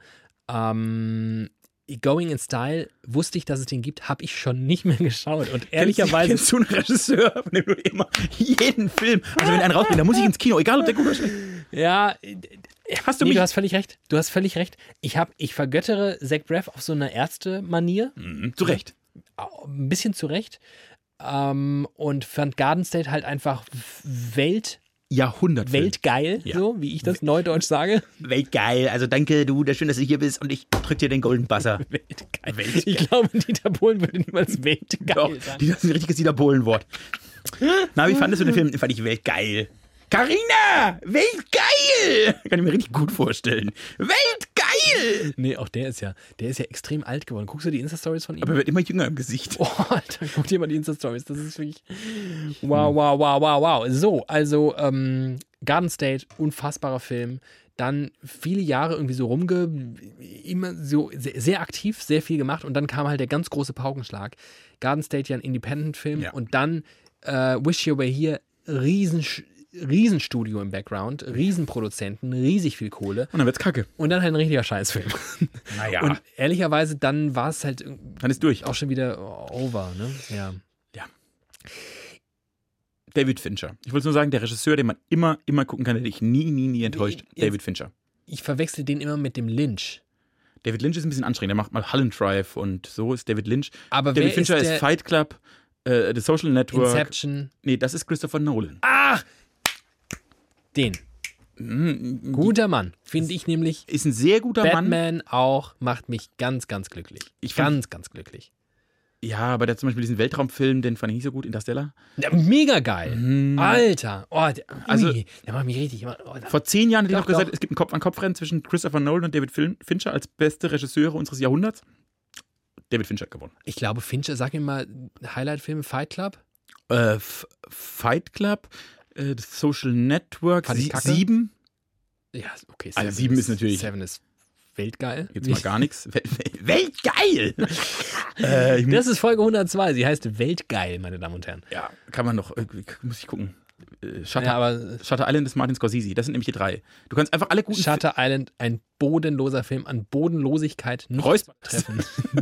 Going in Style wusste ich, dass es den gibt, habe ich schon nicht mehr geschaut. Und ehrlicherweise. Kennst du einen Regisseur, von dem du immer jeden Film, also wenn einen rausbringt, dann muss ich ins Kino, egal ob der gut oder schlecht. Ja, du hast völlig recht. Du hast völlig recht. Ich vergöttere Zach Braff auf so eine Ärzte-Manier. Zu Recht. Ein bisschen zu Recht. Und fand Garden State halt einfach Jahrhundertfilm. Weltgeil, so wie ich das neudeutsch sage. Weltgeil, also danke du, schön, dass du hier bist und ich drück dir den Golden Buzzer. Weltgeil. Ich glaube, Dieter Bohlen würde niemals weltgeil sagen. Das ist ein richtiges Dieter Bohlen-Wort. Na, wie fandest du den Film? Den fand ich weltgeil. Carina, weltgeil! Kann ich mir richtig gut vorstellen. Weltgeil! Nee, auch der ist ja extrem alt geworden. Guckst du die Insta-Stories von ihm? Aber er wird immer jünger im Gesicht. Oh, Alter, guck dir mal die Insta-Stories. Das ist wirklich wow. So, also Garden State, unfassbarer Film. Dann viele Jahre irgendwie so immer so sehr aktiv, sehr viel gemacht. Und dann kam halt der ganz große Paukenschlag. Garden State ja ein Independent-Film. Ja. Und dann Wish You Were Here, Riesenstudio im Background, Riesenproduzenten, riesig viel Kohle. Und dann wird's kacke. Und dann halt ein richtiger Scheißfilm. Naja. Und ehrlicherweise, dann war es halt dann ist durch. Auch schon wieder over, ne? Ja. David Fincher. Ich wollte nur sagen, der Regisseur, den man immer gucken kann, der dich nie enttäuscht. David Fincher. Ich verwechsel den immer mit dem Lynch. David Lynch ist ein bisschen anstrengend. Der macht mal Mulholland Drive und so ist David Lynch. Aber David Fincher ist Fight Club, The Social Network. Inception. Nee, das ist Christopher Nolan. Ach! Den. Guter Mann, finde ich nämlich. Ist ein sehr guter Mann. Batman auch macht mich ganz glücklich. Ganz glücklich. Ja, aber der hat zum Beispiel diesen Weltraumfilm, den fand ich nicht so gut, Interstellar. Ja, mega geil. Alter. Oh, der macht mich richtig. Vor 10 Jahren hätte ich noch gesagt, es gibt ein Kopf-an-Kopf-Rennen zwischen Christopher Nolan und David Fincher als beste Regisseure unseres Jahrhunderts. David Fincher hat gewonnen. Ich glaube, Fincher, sag ihm mal, Highlight-Film, Fight Club? Fight Club, Social Network, 7. Ja, okay. Also 7 ist natürlich... 7 ist weltgeil. Jetzt mal gar nichts. Weltgeil! Das ist Folge 102. Sie heißt Weltgeil, meine Damen und Herren. Ja, kann man noch... muss ich gucken. Shutter Island ist Martin Scorsese. Das sind nämlich die 3. Du kannst einfach alle guten... Shutter Island, ein bodenloser Film, an Bodenlosigkeit nicht treffen.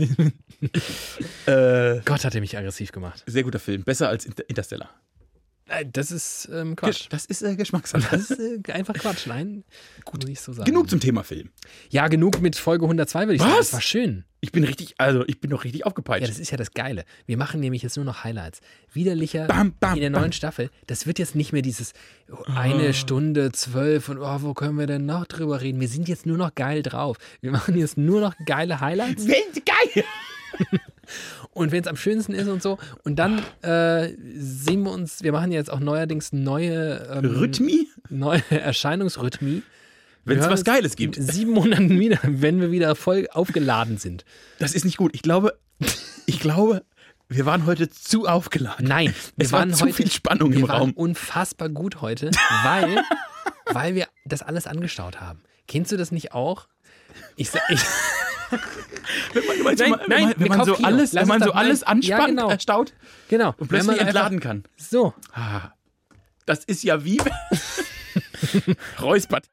Gott, hat er mich aggressiv gemacht. Sehr guter Film. Besser als Interstellar. Das ist Quatsch. Das ist Geschmackssache. Das ist einfach Quatsch. Nein, gut, muss ich so sagen. Genug zum Thema Film. Ja, genug mit Folge 102, würde ich sagen. Das war schön. Ich bin noch richtig aufgepeitscht. Ja, das ist ja das Geile. Wir machen nämlich jetzt nur noch Highlights. Widerlicher in der neuen Staffel. Das wird jetzt nicht mehr dieses 1 Stunde 12 und wo können wir denn noch drüber reden? Wir sind jetzt nur noch geil drauf. Wir machen jetzt nur noch geile Highlights. Weltgeil! Und wenn es am schönsten ist und so. Und dann sehen wir uns, wir machen jetzt auch neuerdings neue Erscheinungsrhythmie. Wenn es was Geiles gibt. In 7 Monaten wieder, wenn wir wieder voll aufgeladen sind. Das ist nicht gut. Ich glaube, wir waren heute zu aufgeladen. Nein, es war zu viel Spannung im Raum. Wir waren unfassbar gut heute, weil wir das alles angestaut haben. Kennst du das nicht auch? Wenn man so alles anspannt, erstaut und plötzlich entladen kann. So. Das ist ja wie Räuspert.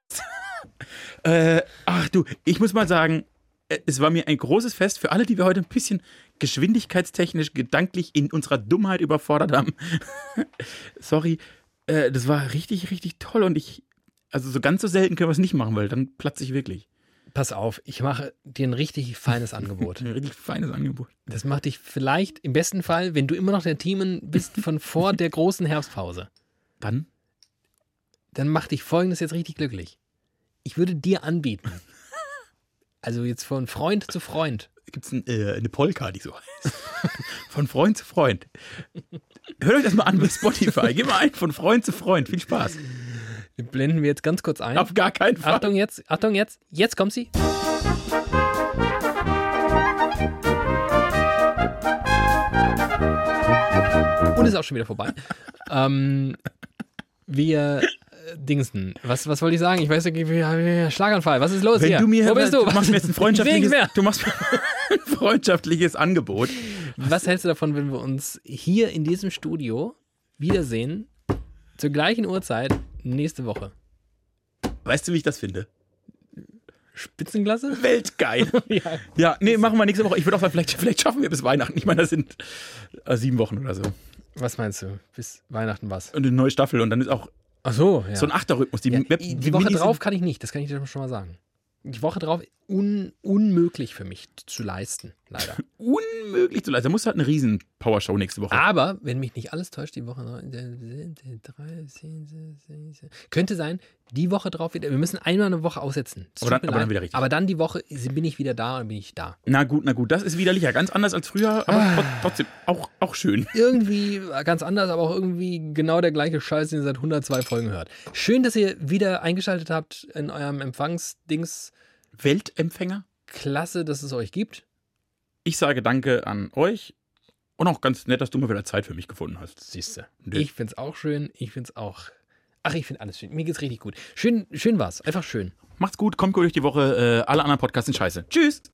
Ach du, ich muss mal sagen, es war mir ein großes Fest für alle, die wir heute ein bisschen geschwindigkeitstechnisch, gedanklich in unserer Dummheit überfordert haben. Sorry, das war richtig toll und also so ganz so selten können wir es nicht machen, weil dann platze ich wirklich. Pass auf, ich mache dir ein richtig feines Angebot. Ein richtig feines Angebot. Das macht dich vielleicht im besten Fall, wenn du immer noch der Team bist von vor der großen Herbstpause. Dann macht dich Folgendes jetzt richtig glücklich. Ich würde dir anbieten, also jetzt von Freund zu Freund. Gibt es eine Polka, die so heißt. Von Freund zu Freund. Hört euch das mal an bei Spotify. Geh mal ein von Freund zu Freund. Viel Spaß. Die blenden wir jetzt ganz kurz ein. Auf gar keinen Fall. Achtung jetzt. Jetzt kommt sie. Und ist auch schon wieder vorbei. Dingsten. Was wollte ich sagen? Ich weiß nicht, Schlaganfall. Was ist los Wenn hier? du mir, Wo bist du? Du machst mir jetzt ein freundschaftliches Angebot. Was hältst du davon, wenn wir uns hier in diesem Studio wiedersehen, zur gleichen Uhrzeit, nächste Woche? Weißt du, wie ich das finde? Spitzenklasse? Weltgeil. Ja, nee, machen wir nächste Woche. Ich würde auch sagen, vielleicht schaffen wir bis Weihnachten. Ich meine, das sind 7 Wochen oder so. Was meinst du? Bis Weihnachten was? Und eine neue Staffel und dann ist auch Ach so, ja. so ein Achterrhythmus. Die Woche drauf kann ich nicht, das kann ich dir schon mal sagen. Die Woche drauf unmöglich für mich zu leisten, leider. Unmöglich zu leisten. Da musst du halt eine riesen Powershow nächste Woche. Aber, wenn mich nicht alles täuscht, die Woche könnte sein, die Woche drauf wieder. Wir müssen einmal eine Woche aussetzen. Aber dann wieder richtig. Aber dann die Woche bin ich wieder da und bin ich da. Na gut. Das ist widerlicher. Ganz anders als früher, aber trotzdem auch schön. Irgendwie ganz anders, aber auch irgendwie genau der gleiche Scheiß, den ihr seit 102 Folgen hört. Schön, dass ihr wieder eingeschaltet habt in eurem Empfangsdings. Weltempfänger. Klasse, dass es euch gibt. Ich sage Danke an euch und auch ganz nett, dass du mal wieder Zeit für mich gefunden hast. Siehste. Ich find's auch schön. Ich finde alles schön. Mir geht's richtig gut. Schön war's. Einfach schön. Macht's gut, kommt gut durch die Woche. Alle anderen Podcasts sind scheiße. Tschüss.